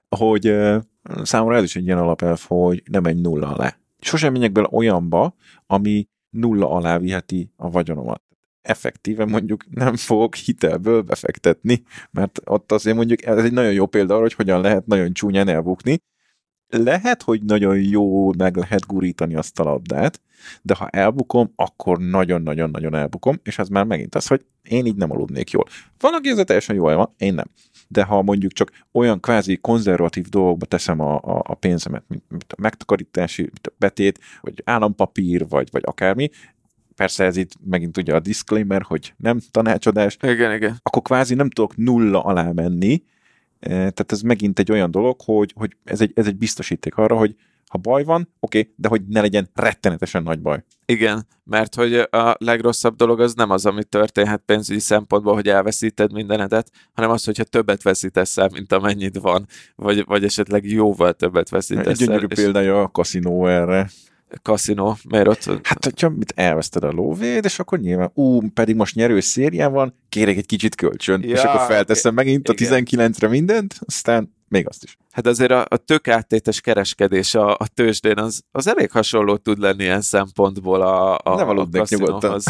hogy számomra ez is egy ilyen alapelv, hogy ne menj nulla alá. Sosem menjek bele olyanba, ami nulla alá viheti a vagyonomat. Effektíve mondjuk nem fogok hitelből befektetni, mert ott azért mondjuk ez egy nagyon jó példa arra, hogy hogyan lehet nagyon csúnyán elbukni. Lehet, hogy nagyon jó meg lehet gurítani azt a labdát, de ha elbukom, akkor nagyon-nagyon-nagyon elbukom, és ez már megint az, hogy én így nem aludnék jól. Van, aki ez teljesen jól van, én nem. De ha mondjuk csak olyan kvázi konzervatív dolgokba teszem a pénzemet, mint a megtakarítási, mint a betét, vagy állampapír, vagy akármi, persze ez itt megint ugye a disclaimer, hogy nem tanácsadás, Igen. akkor kvázi nem tudok nulla alá menni, tehát ez megint egy olyan dolog, hogy ez egy biztosíték arra, hogy ha baj van, oké, de hogy ne legyen rettenetesen nagy baj. Igen, mert hogy a legrosszabb dolog az nem az, ami történhet pénzügyi szempontból, hogy elveszíted mindenedet, hanem az, hogyha többet veszítesz el, mint amennyit van, vagy esetleg jóval többet veszítesz el. Egy gyönyörű példája a kaszinó erre. Kaszinó, mert ott... Hát, hogyha elveszted a lóvét, és akkor nyilván, pedig most nyerős szérián van, kérek egy kicsit kölcsön, és akkor felteszem megint a 19-re mindent, aztán még azt is. Hát azért a tök áttétes kereskedés a tőzsdén az elég hasonló tud lenni ilyen szempontból nem aludnék nyugodtan.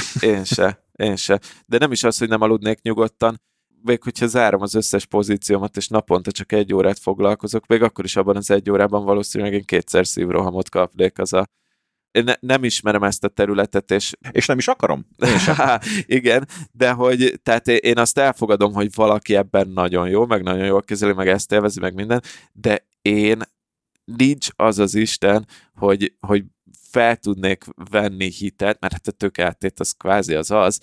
Én se. De nem is az, hogy nem aludnék nyugodtan, még hogyha zárom az összes pozíciómat, és naponta csak 1 órát foglalkozok, még akkor is abban az 1 órában valószínűleg én 2-szer szívrohamot kapnék. Én nem ismerem ezt a területet, és nem is akarom. Igen, de hogy, tehát én azt elfogadom, hogy valaki ebben nagyon jó, meg nagyon jól kezeli, meg ezt élvezi, meg minden, de én nincs az Isten, hogy fel tudnék venni hitelt, mert hát a tök áttét az kvázi az,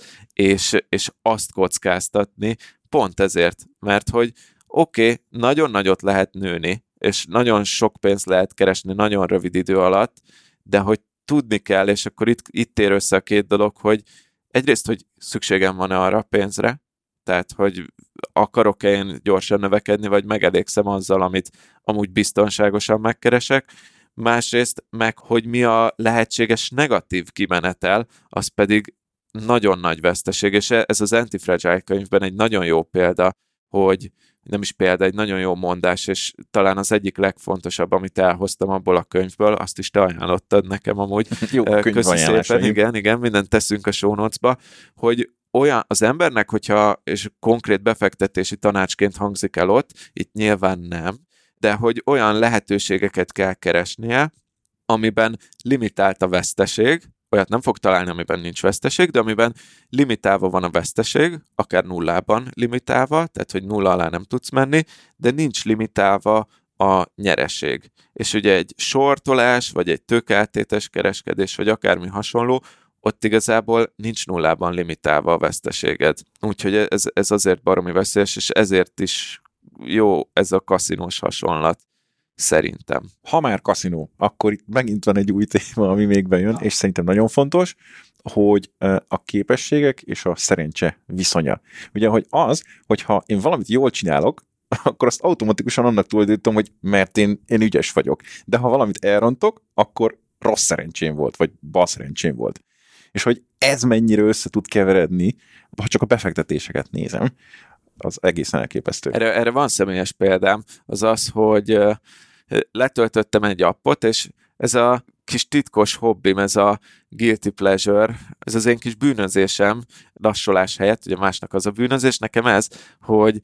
és azt kockáztatni, pont ezért, mert hogy oké, nagyon nagyot lehet nőni, és nagyon sok pénzt lehet keresni nagyon rövid idő alatt, de hogy tudni kell, és akkor itt ér össze a két dolog, hogy egyrészt, hogy szükségem van-e arra a pénzre, tehát, hogy akarok-e én gyorsan növekedni, vagy megelégszem azzal, amit amúgy biztonságosan megkeresek, másrészt meg, hogy mi a lehetséges negatív kimenetel, az pedig nagyon nagy veszteség, és ez az Antifragile könyvben egy nagyon jó példa, hogy nem is példa, egy nagyon jó mondás, és talán az egyik legfontosabb, amit elhoztam abból a könyvből, azt is te ajánlottad nekem amúgy. Jó Köszi szépen, igen, mindent teszünk a show notes-ba, hogy olyan az embernek, hogyha, és konkrét befektetési tanácsként hangzik el ott, itt nyilván nem, de hogy olyan lehetőségeket kell keresnie, amiben limitált a veszteség, olyat nem fog találni, amiben nincs veszteség, de amiben limitálva van a veszteség, akár nullában limitálva, tehát hogy nulla alá nem tudsz menni, de nincs limitálva a nyereség. És ugye egy sortolás, vagy egy tök áttétes kereskedés, vagy akármi hasonló, ott igazából nincs nullában limitálva a veszteséged. Úgyhogy ez azért baromi veszélyes, és ezért is jó ez a kaszinós hasonlat. Szerintem. Ha már kaszinó, akkor itt megint van egy új téma, ami még bejön, és szerintem nagyon fontos, hogy a képességek és a szerencse viszonya. Ugye, hogy hogyha én valamit jól csinálok, akkor azt automatikusan annak tulajdonítom, hogy mert én ügyes vagyok. De ha valamit elrontok, akkor rossz szerencsém volt, vagy bal szerencsém volt. És hogy ez mennyire össze tud keveredni, ha csak a befektetéseket nézem, az egészen elképesztő. Erre van személyes példám, az, hogy letöltöttem egy appot, és ez a kis titkos hobbim, ez a guilty pleasure, ez az én kis bűnözésem, lassolás helyett, ugye másnak az a bűnözés, nekem ez, hogy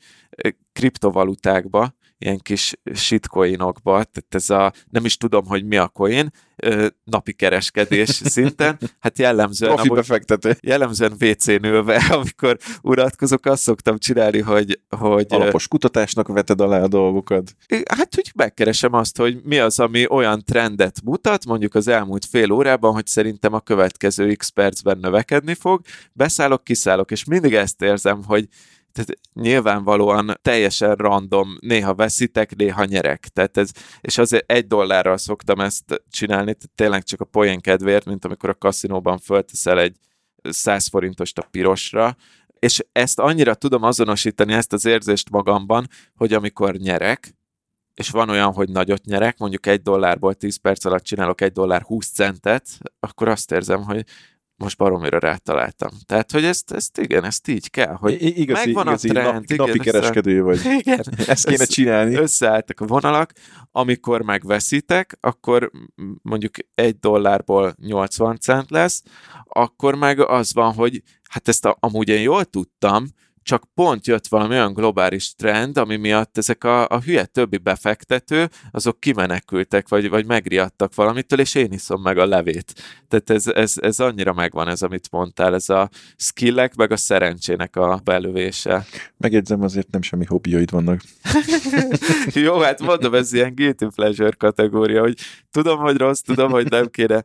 kriptovalutákba, ilyen kis shitcoinokba, tehát ez nem is tudom, hogy mi a coin, napi kereskedés szinten, hát jellemzően WC-n ülve, amikor uratkozok, azt szoktam csinálni, hogy alapos kutatásnak veted alá a dolgokat. Hát, hogy megkeresem azt, hogy mi az, ami olyan trendet mutat, mondjuk az elmúlt fél órában, hogy szerintem a következő x percben növekedni fog, beszállok, kiszállok, és mindig ezt érzem, hogy tehát nyilvánvalóan teljesen random, néha veszítek, néha nyerek. Tehát és azért $1 szoktam ezt csinálni, tehát tényleg csak a poén kedvéért, mint amikor a kaszinóban fölteszel egy 100 forintost a pirosra, és ezt annyira tudom azonosítani, ezt az érzést magamban, hogy amikor nyerek, és van olyan, hogy nagyot nyerek, mondjuk $1 10 perc alatt csinálok $1 20 centet, akkor azt érzem, hogy most baromira rátaláltam. Tehát, hogy ezt igen, ezt így kell, hogy megvan igazi a trend. napi kereskedő vagy. Igen. Ezt kéne csinálni. Összeálltak a vonalak, amikor megveszitek, akkor mondjuk $1 80 cent lesz, akkor meg az van, hogy hát ezt amúgy én jól tudtam, csak pont jött valami olyan globális trend, ami miatt ezek a hülye többi befektető, azok kimenekültek, vagy megriadtak valamitől, és én iszom meg a levét. Tehát ez annyira megvan ez, amit mondtál, ez a skillek, meg a szerencsének a belövése. Megjegyzem, azért nem semmi hobbiaid vannak. Jó, hát mondom, ez ilyen guilty pleasure kategória, hogy tudom, hogy rossz, tudom, hogy nem kéne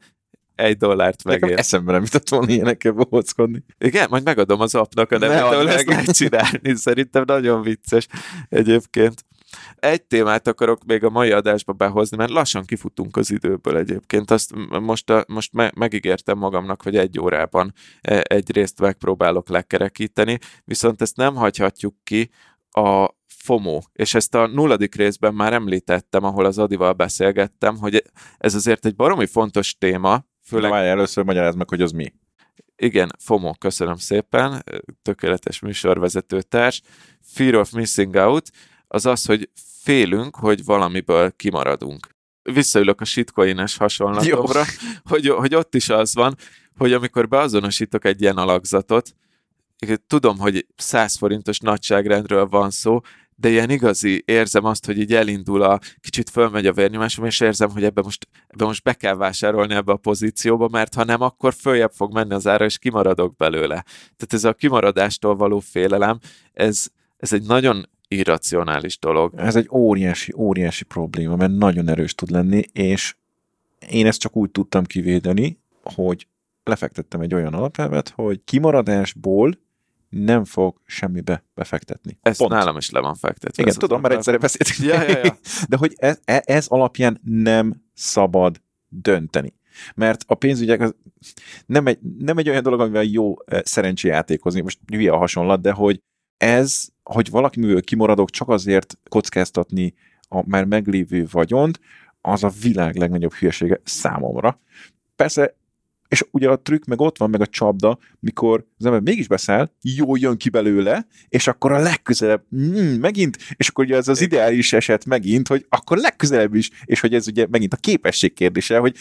$1 megér. Eszembe nem jutott volna ilyenekkel bohóckodni. Igen, majd megadom az apnak a nevet, ahol ezt megcsinálni. Szerintem nagyon vicces egyébként. Egy témát akarok még a mai adásba behozni, mert lassan kifutunk az időből egyébként. Azt most megígértem magamnak, hogy 1 órában egy részt megpróbálok lekerekíteni, viszont ezt nem hagyhatjuk ki, a FOMO, és ezt a 0. részben már említettem, ahol az Adival beszélgettem, hogy ez azért egy baromi fontos téma, főleg... Várj, először magyarázd meg, hogy az mi. Igen, FOMO, köszönöm szépen, tökéletes műsorvezető társ. Fear of missing out, az az, hogy félünk, hogy valamiből kimaradunk. Visszaülök a shitcoin-es hasonlatomra, hogy ott is az van, hogy amikor beazonosítok egy ilyen alakzatot, tudom, hogy 100 forintos nagyságrendről van szó, de ilyen igazi érzem azt, hogy így elindul kicsit fölmegy a vérnyomásom, és érzem, hogy ebbe most be kell vásárolni ebbe a pozícióba, mert ha nem, akkor följebb fog menni az ára, és kimaradok belőle. Tehát ez a kimaradástól való félelem, ez egy nagyon irracionális dolog. Ez egy óriási probléma, mert nagyon erős tud lenni, és én ezt csak úgy tudtam kivédeni, hogy lefektettem egy olyan alapelvet, hogy kimaradásból nem fog semmibe befektetni. Ez nálam is le van fektetve. Igen, tudom, mert egyszerre beszéltünk. Ja. De hogy ez alapján nem szabad dönteni. Mert a pénzügyek nem egy olyan dolog, amivel jó szerencséjátékozni. Most hülye a hasonlat, de hogy hogy valamiből kimaradok csak azért kockáztatni a már meglévő vagyont, az a világ legnagyobb hülyesége számomra. Persze, és ugye a trükk meg ott van, meg a csapda, mikor az ember mégis beszáll, jól jön ki belőle, és akkor a legközelebb megint, és akkor ugye ez az ideális eset megint, hogy akkor legközelebb is, és hogy ez ugye megint a képesség kérdése, hogy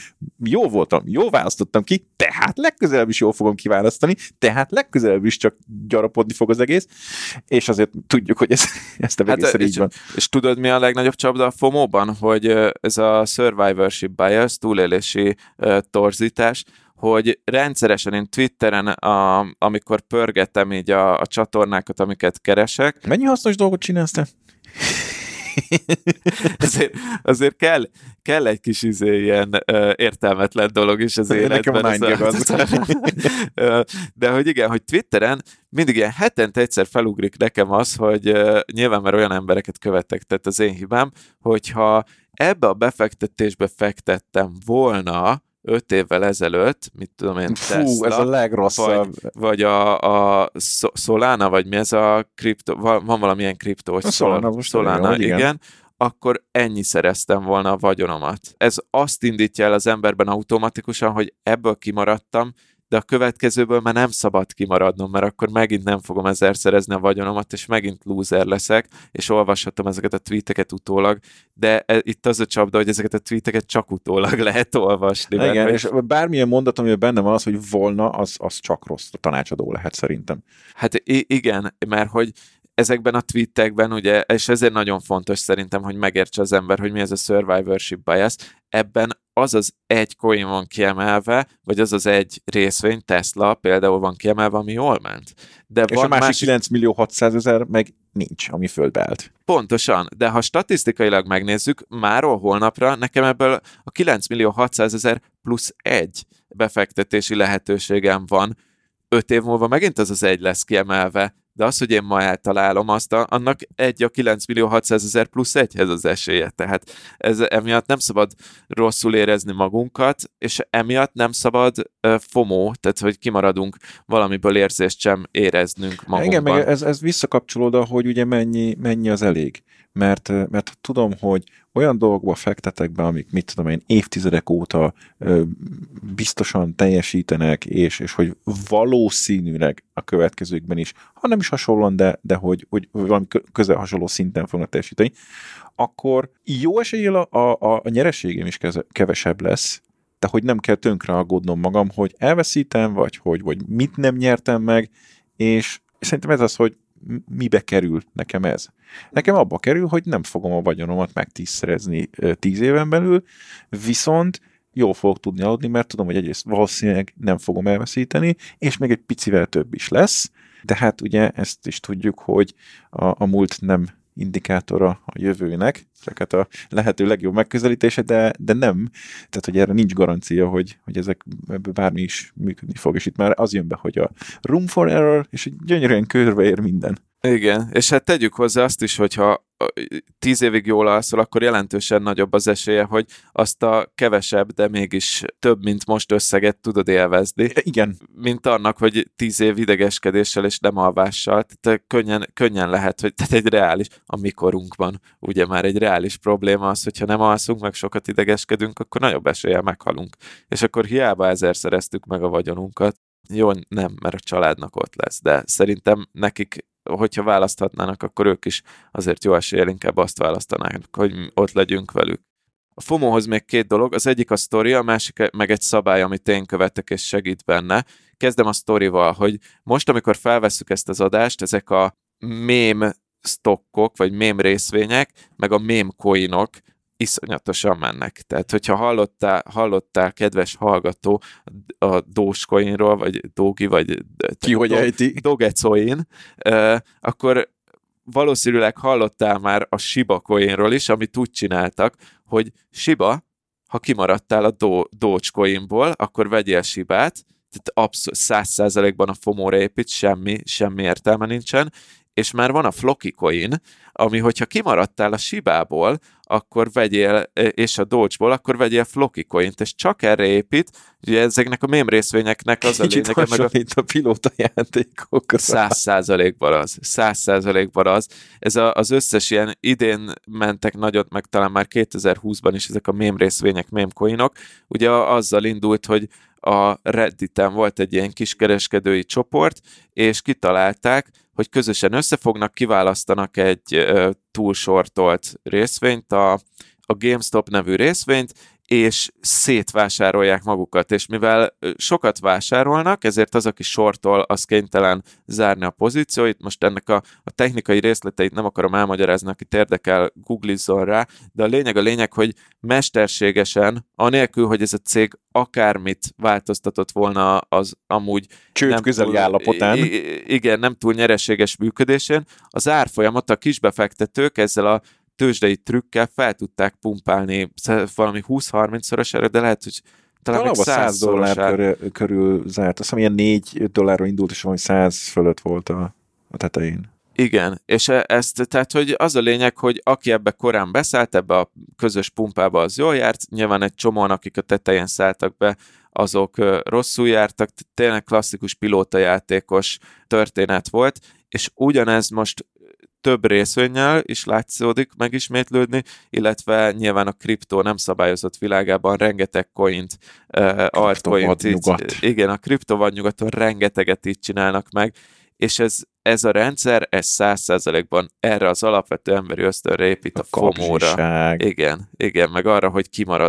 jól választottam ki, tehát legközelebb is jól fogom kiválasztani, tehát legközelebb is csak gyarapodni fog az egész, és azért tudjuk, hogy ezt a egészen így van. És tudod, mi a legnagyobb csapda a FOMO-ban? Hogy ez a survivorship bias, túlélési torzítás, hogy rendszeresen én Twitteren, amikor pörgetem így a csatornákat, amiket keresek. Mennyi hasznos dolgot csinálsz te? azért kell egy kis ilyen értelmetlen dolog is az életben. De hogy igen, hogy Twitteren mindig ilyen hetente egyszer felugrik nekem az, hogy nyilván már olyan embereket követek, tehát az én hibám, hogyha ebbe a befektetésbe fektettem volna 5 évvel ezelőtt, mit tudom én, Tesla, ez a legrosszabb. Vagy a Solana, vagy mi ez a kriptó, van valamilyen kriptó, hogy Solana, igen, akkor ennyi szereztem volna a vagyonomat. Ez azt indítja el az emberben automatikusan, hogy ebből kimaradtam, de a következőből már nem szabad kimaradnom, mert akkor megint nem fogom ezzel szerezni a vagyonomat, és megint loser leszek, és olvashatom ezeket a tweeteket utólag, de itt az a csapda, hogy ezeket a tweeteket csak utólag lehet olvasni. Igen, mert, és bármilyen mondat, amiben benne van az, hogy volna, az csak rossz tanácsadó lehet szerintem. Hát igen, mert hogy ezekben a tweetekben, ugye, és ezért nagyon fontos szerintem, hogy megértse az ember, hogy mi ez a survivorship bias, ebben az egy coin van kiemelve, vagy az egy részvény, Tesla például van kiemelve, ami jól ment. De és van a másik 9.600.000 meg nincs, ami földbe állt. Pontosan, de ha statisztikailag megnézzük, máról holnapra nekem ebből a 9.600.000 plusz 1 befektetési lehetőségem van. 5 év múlva megint az egy lesz kiemelve, de az, hogy én ma eltalálom azt, annak a 9.600.000 plusz 1-hez az esélye. Tehát emiatt nem szabad rosszul érezni magunkat, és emiatt nem szabad FOMO, tehát hogy kimaradunk valamiből érzést sem éreznünk magunkban. Igen, meg ez visszakapcsolód, hogy ugye mennyi az elég. mert tudom, hogy olyan dolgokba fektetek be, amik, mit tudom én, évtizedek óta biztosan teljesítenek, és hogy valószínűleg a következőkben is, ha nem is hasonlóan, de hogy valami közel hasonló szinten fognak teljesíteni, akkor jó eséllyel a nyereségem is kevesebb lesz, de hogy nem kell tönkre aggódnom magam, hogy elveszítem, vagy mit nem nyertem meg, és szerintem ez az, hogy mibe kerül nekem ez. Nekem abba kerül, hogy nem fogom a vagyonomat megtízszerezni 10 éven belül, viszont jól fogok tudni aludni, mert tudom, hogy egyrészt valószínűleg nem fogom elveszíteni, és még egy picivel több is lesz, de hát ugye ezt is tudjuk, hogy a múlt nem indikátora a jövőnek, csak hát a lehető legjobb megközelítése, de nem. Tehát, hogy erre nincs garancia, hogy ebből bármi is működni fog, és itt már az jön be, hogy a room for error, és gyönyörűen körbeér minden. Igen, és hát tegyük hozzá azt is, hogyha 10 évig jól alszol, akkor jelentősen nagyobb az esélye, hogy azt a kevesebb, de mégis több, mint most összeget tudod élvezni. Igen. Mint annak, hogy 10 év idegeskedéssel és nem alvással. Tehát könnyen lehet, hogy tehát egy reális, a mikorunkban ugye már egy reális probléma az, hogyha nem alszunk, meg sokat idegeskedünk, akkor nagyobb eséllyel meghalunk. És akkor hiába ezerszereztük meg a vagyonunkat. Jó, nem, mert a családnak ott lesz, de szerintem nekik, hogyha választhatnának, akkor ők is azért jó eséllyel inkább azt választanák, hogy ott legyünk velük. A FOMO-hoz még 2 dolog, az egyik a sztori, a másik meg egy szabály, amit én követek és segít benne. Kezdem a sztorival, hogy most, amikor felvesszük ezt az adást, ezek a meme stockok, vagy meme részvények, meg a meme coinok iszonyatosan mennek. Tehát, hogyha hallottál kedves hallgató, a Dogecoinról, vagy Dogi, vagy ki hogy ejti? Dogecoin, akkor valószínűleg hallottál már a Shiba Coinról is, amit úgy csináltak, hogy Shiba, ha kimaradtál a Dogecoinból, akkor vegyél Shibát, tehát 100%-ban a FOMO-ra épít, semmi értelme nincsen, és már van a Floki Coin, ami, hogyha kimaradtál a Shibából, akkor vegyél, és a Doge-ból, akkor vegyél Floki Coint, és csak erre épít, ugye ezeknek a mém részvényeknek az a lényege, meg a pilóta játékokra. 100%-ban az. 100%-ban az. Ez az összes ilyen idén mentek nagyot, meg talán már 2020-ban is ezek a mém részvények, mém coinok. Ugye azzal indult, hogy a Redditen volt egy ilyen kiskereskedői csoport, és kitalálták, hogy közösen összefognak, kiválasztanak egy túlsortolt részvényt, a GameStop nevű részvényt, és szétvásárolják magukat, és mivel sokat vásárolnak, ezért az, aki sortol, az kénytelen zárni a pozícióit. Most ennek a technikai részleteit nem akarom elmagyarázni, akit érdekel, googlizzon rá, de a lényeg, hogy mesterségesen, anélkül, hogy ez a cég akármit változtatott volna az amúgy csőd közeli állapotán. Igen, nem túl nyereséges működésén, az árfolyamat a kisbefektetők ezzel a tőzsdei trükkel fel tudták pumpálni valami 20-30-szorosára, de lehet, hogy talán meg $100 körül zárt. Azt hiszem, ilyen $4 indult, és valami 100 fölött volt a tetején. Igen, és tehát, hogy az a lényeg, hogy aki ebbe korán beszállt, ebbe a közös pumpába, az jól járt, nyilván egy csomóan, akik a tetején szálltak be, azok rosszul jártak, tényleg klasszikus pilótajátékos történet volt, és ugyanez most több részvénnyel is látszódik megismétlődni, illetve nyilván a kriptó nem szabályozott világában rengeteg coint, altcoint, igen, a kriptovadnyugaton rengeteget így csinálnak meg, és ez a rendszer, ez 100%-ban erre az alapvető emberi ösztönre épít, a FOMO-ra. Igen, meg arra, hogy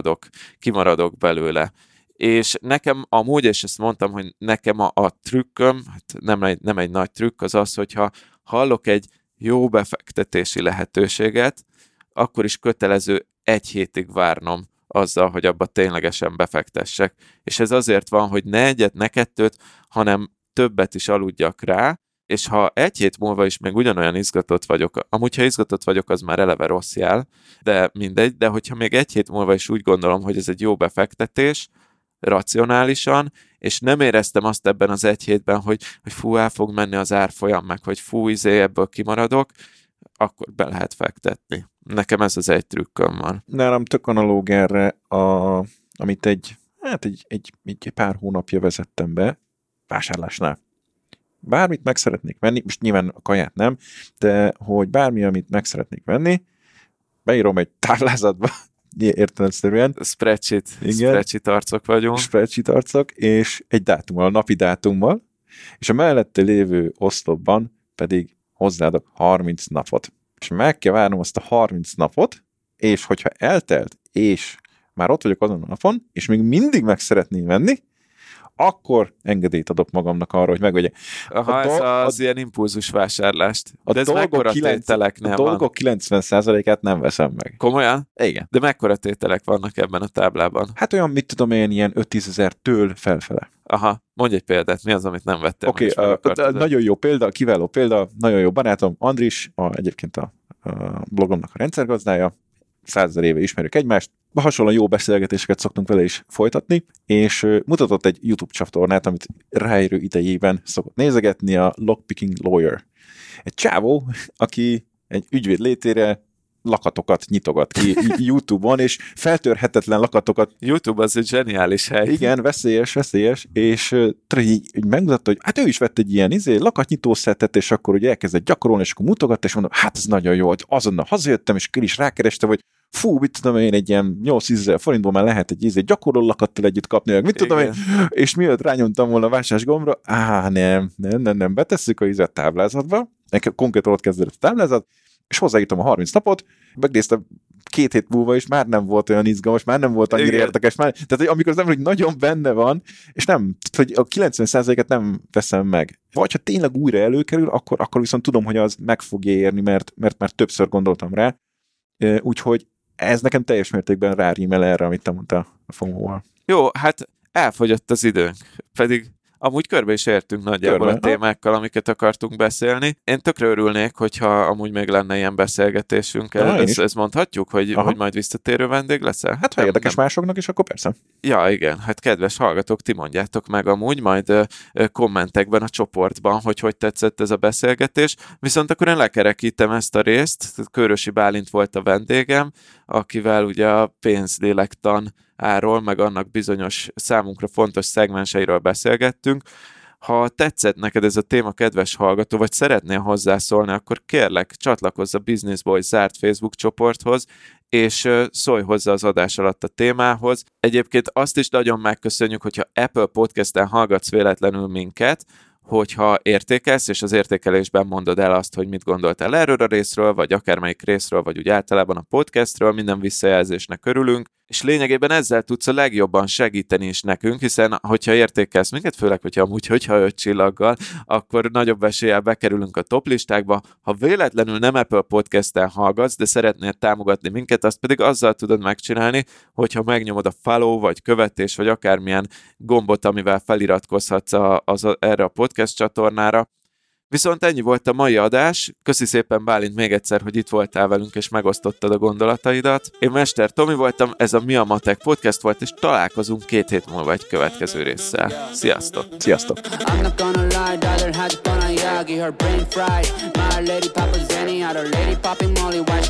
kimaradok belőle. És nekem amúgy, és ezt mondtam, hogy nekem a trükköm, hát nem egy nagy trükk, az az, hogyha hallok egy jó befektetési lehetőséget, akkor is kötelező 1 hétig várnom azzal, hogy abba ténylegesen befektessek. És ez azért van, hogy ne 1, ne 2, hanem többet is aludjak rá, és ha 1 hét múlva is még ugyanolyan izgatott vagyok, amúgy ha izgatott vagyok, az már eleve rossz jel, de mindegy, de hogyha még 1 hét múlva is úgy gondolom, hogy ez egy jó befektetés, racionálisan, és nem éreztem azt ebben az 1 hétben, hogy fú, el fog menni az árfolyam, meg hogy fú, ebből kimaradok, akkor be lehet fektetni. Nekem ez az egy trükköm van. Nálam tök analóg erre, amit egy pár hónapja vezettem be, vásárlásnál. Bármit meg szeretnék venni, most nyilván a kaját nem, de hogy bármi, amit meg szeretnék venni, beírom egy táblázatba, értelemszerűen. Spreadsheet arcok vagyunk. Spreadsheet arcok, és egy dátummal, a napi dátummal, és a mellette lévő oszlopban pedig hozzáadok 30 napot. És meg kell várnom azt a 30 napot, és hogyha eltelt, és már ott vagyok azon a napon, és még mindig meg szeretném venni, akkor engedélyt adok magamnak arra, hogy megvegye. Aha, ez az ilyen impulzus vásárlást. De ez mekkora tételeknél van? A dolgok 90%-át nem veszem meg. Komolyan? Igen. De mekkora tételek vannak ebben a táblában? Hát olyan, mit tudom én, ilyen 5-10 ezertől felfele. Aha, mondj egy példát, mi az, amit nem vettem? Oké, nagyon jó példa, kiváló példa, nagyon jó barátom, Andris, egyébként a blogomnak a rendszergazdája, 100 000 éve ismerjük egymást, hasonlóan jó beszélgetéseket szoktunk vele is folytatni, és mutatott egy YouTube csatornát, amit ráérő idejében szokott nézegetni, a Lockpicking Lawyer. Egy csávó, aki egy ügyvéd létére lakatokat nyitogat ki YouTube-on, és feltörhetetlen lakatokat. YouTube az egy zseniális hely. Igen, veszélyes, és így megmutatta, hogy hát ő is vett egy ilyen lakatnyitó szettet, és akkor ugye elkezdett gyakorolni, és akkor mutogatta, és mondom, hát ez nagyon jó, hogy azonnal hazajöttem, és is rákerestem, hogy fú, mit tudom én, egy ilyen 8-10 000 forintból már lehet egy gyakorló lakattal együtt kapni, meg mit tudom én, és mielőtt rányomtam volna a vásárlás gombra, nem, betesszük a táblázatba, konkrétan ott kezdődött a táblázat, és hozzáírtam a 30 napot, megnéztem 2 hét múlva, és már nem volt olyan izgalmas, már nem volt annyira érdekes. Tehát, hogy amikor az ember nagyon benne van, és nem, hogy a 90%-et nem veszem meg. Vagy ha tényleg újra előkerül, akkor viszont tudom, hogy az meg fogja érni, mert már többször gondoltam rá. Úgyhogy ez nekem teljes mértékben rárímel erre, amit te mondtál a FOMO-val. Jó, hát elfogyott az időnk, pedig amúgy körbe is értünk nagyjából a témákkal, amiket akartunk beszélni. Én tökre örülnék, hogyha amúgy még lenne ilyen beszélgetésünk. Ezt mondhatjuk, hogy majd visszatérő vendég leszel? Hát ha érdekes másoknak is, akkor persze. Ja, igen. Hát kedves hallgatók, ti mondjátok meg amúgy, majd kommentekben a csoportban, hogy tetszett ez a beszélgetés. Viszont akkor én lekerekítem ezt a részt. Körösi Bálint volt a vendégem, akivel ugye a pénzlélektan áról, meg annak bizonyos számunkra fontos szegmenseiről beszélgettünk. Ha tetszett neked ez a téma, kedves hallgató, vagy szeretnél hozzászólni, akkor kérlek, csatlakozz a Business Boys zárt Facebook csoporthoz, és szólj hozzá az adás alatt a témához. Egyébként azt is nagyon megköszönjük, hogyha Apple Podcast-en hallgatsz véletlenül minket, hogyha értékelsz, és az értékelésben mondod el azt, hogy mit gondoltál erről a részről, vagy akármelyik részről, vagy úgy általában a podcastről, minden visszajelzésnek örülünk, és lényegében ezzel tudsz a legjobban segíteni is nekünk, hiszen hogyha értékelsz minket, főleg, hogyha 5 csillaggal, akkor nagyobb eséllyel bekerülünk a top listákba. Ha véletlenül nem Apple Podcast-en hallgatsz, de szeretnél támogatni minket, azt pedig azzal tudod megcsinálni, hogyha megnyomod a follow, vagy követés, vagy akármilyen gombot, amivel feliratkozhatsz erre a podcast csatornára. Viszont ennyi volt a mai adás. Köszi szépen, Bálint, még egyszer, hogy itt voltál velünk, és megosztottad a gondolataidat. Én Mester Tomi voltam, ez a Mi a Matek podcast volt, és találkozunk 2 hét múlva egy következő résszel. Sziasztok! Sziasztok! I'm not gonna lie,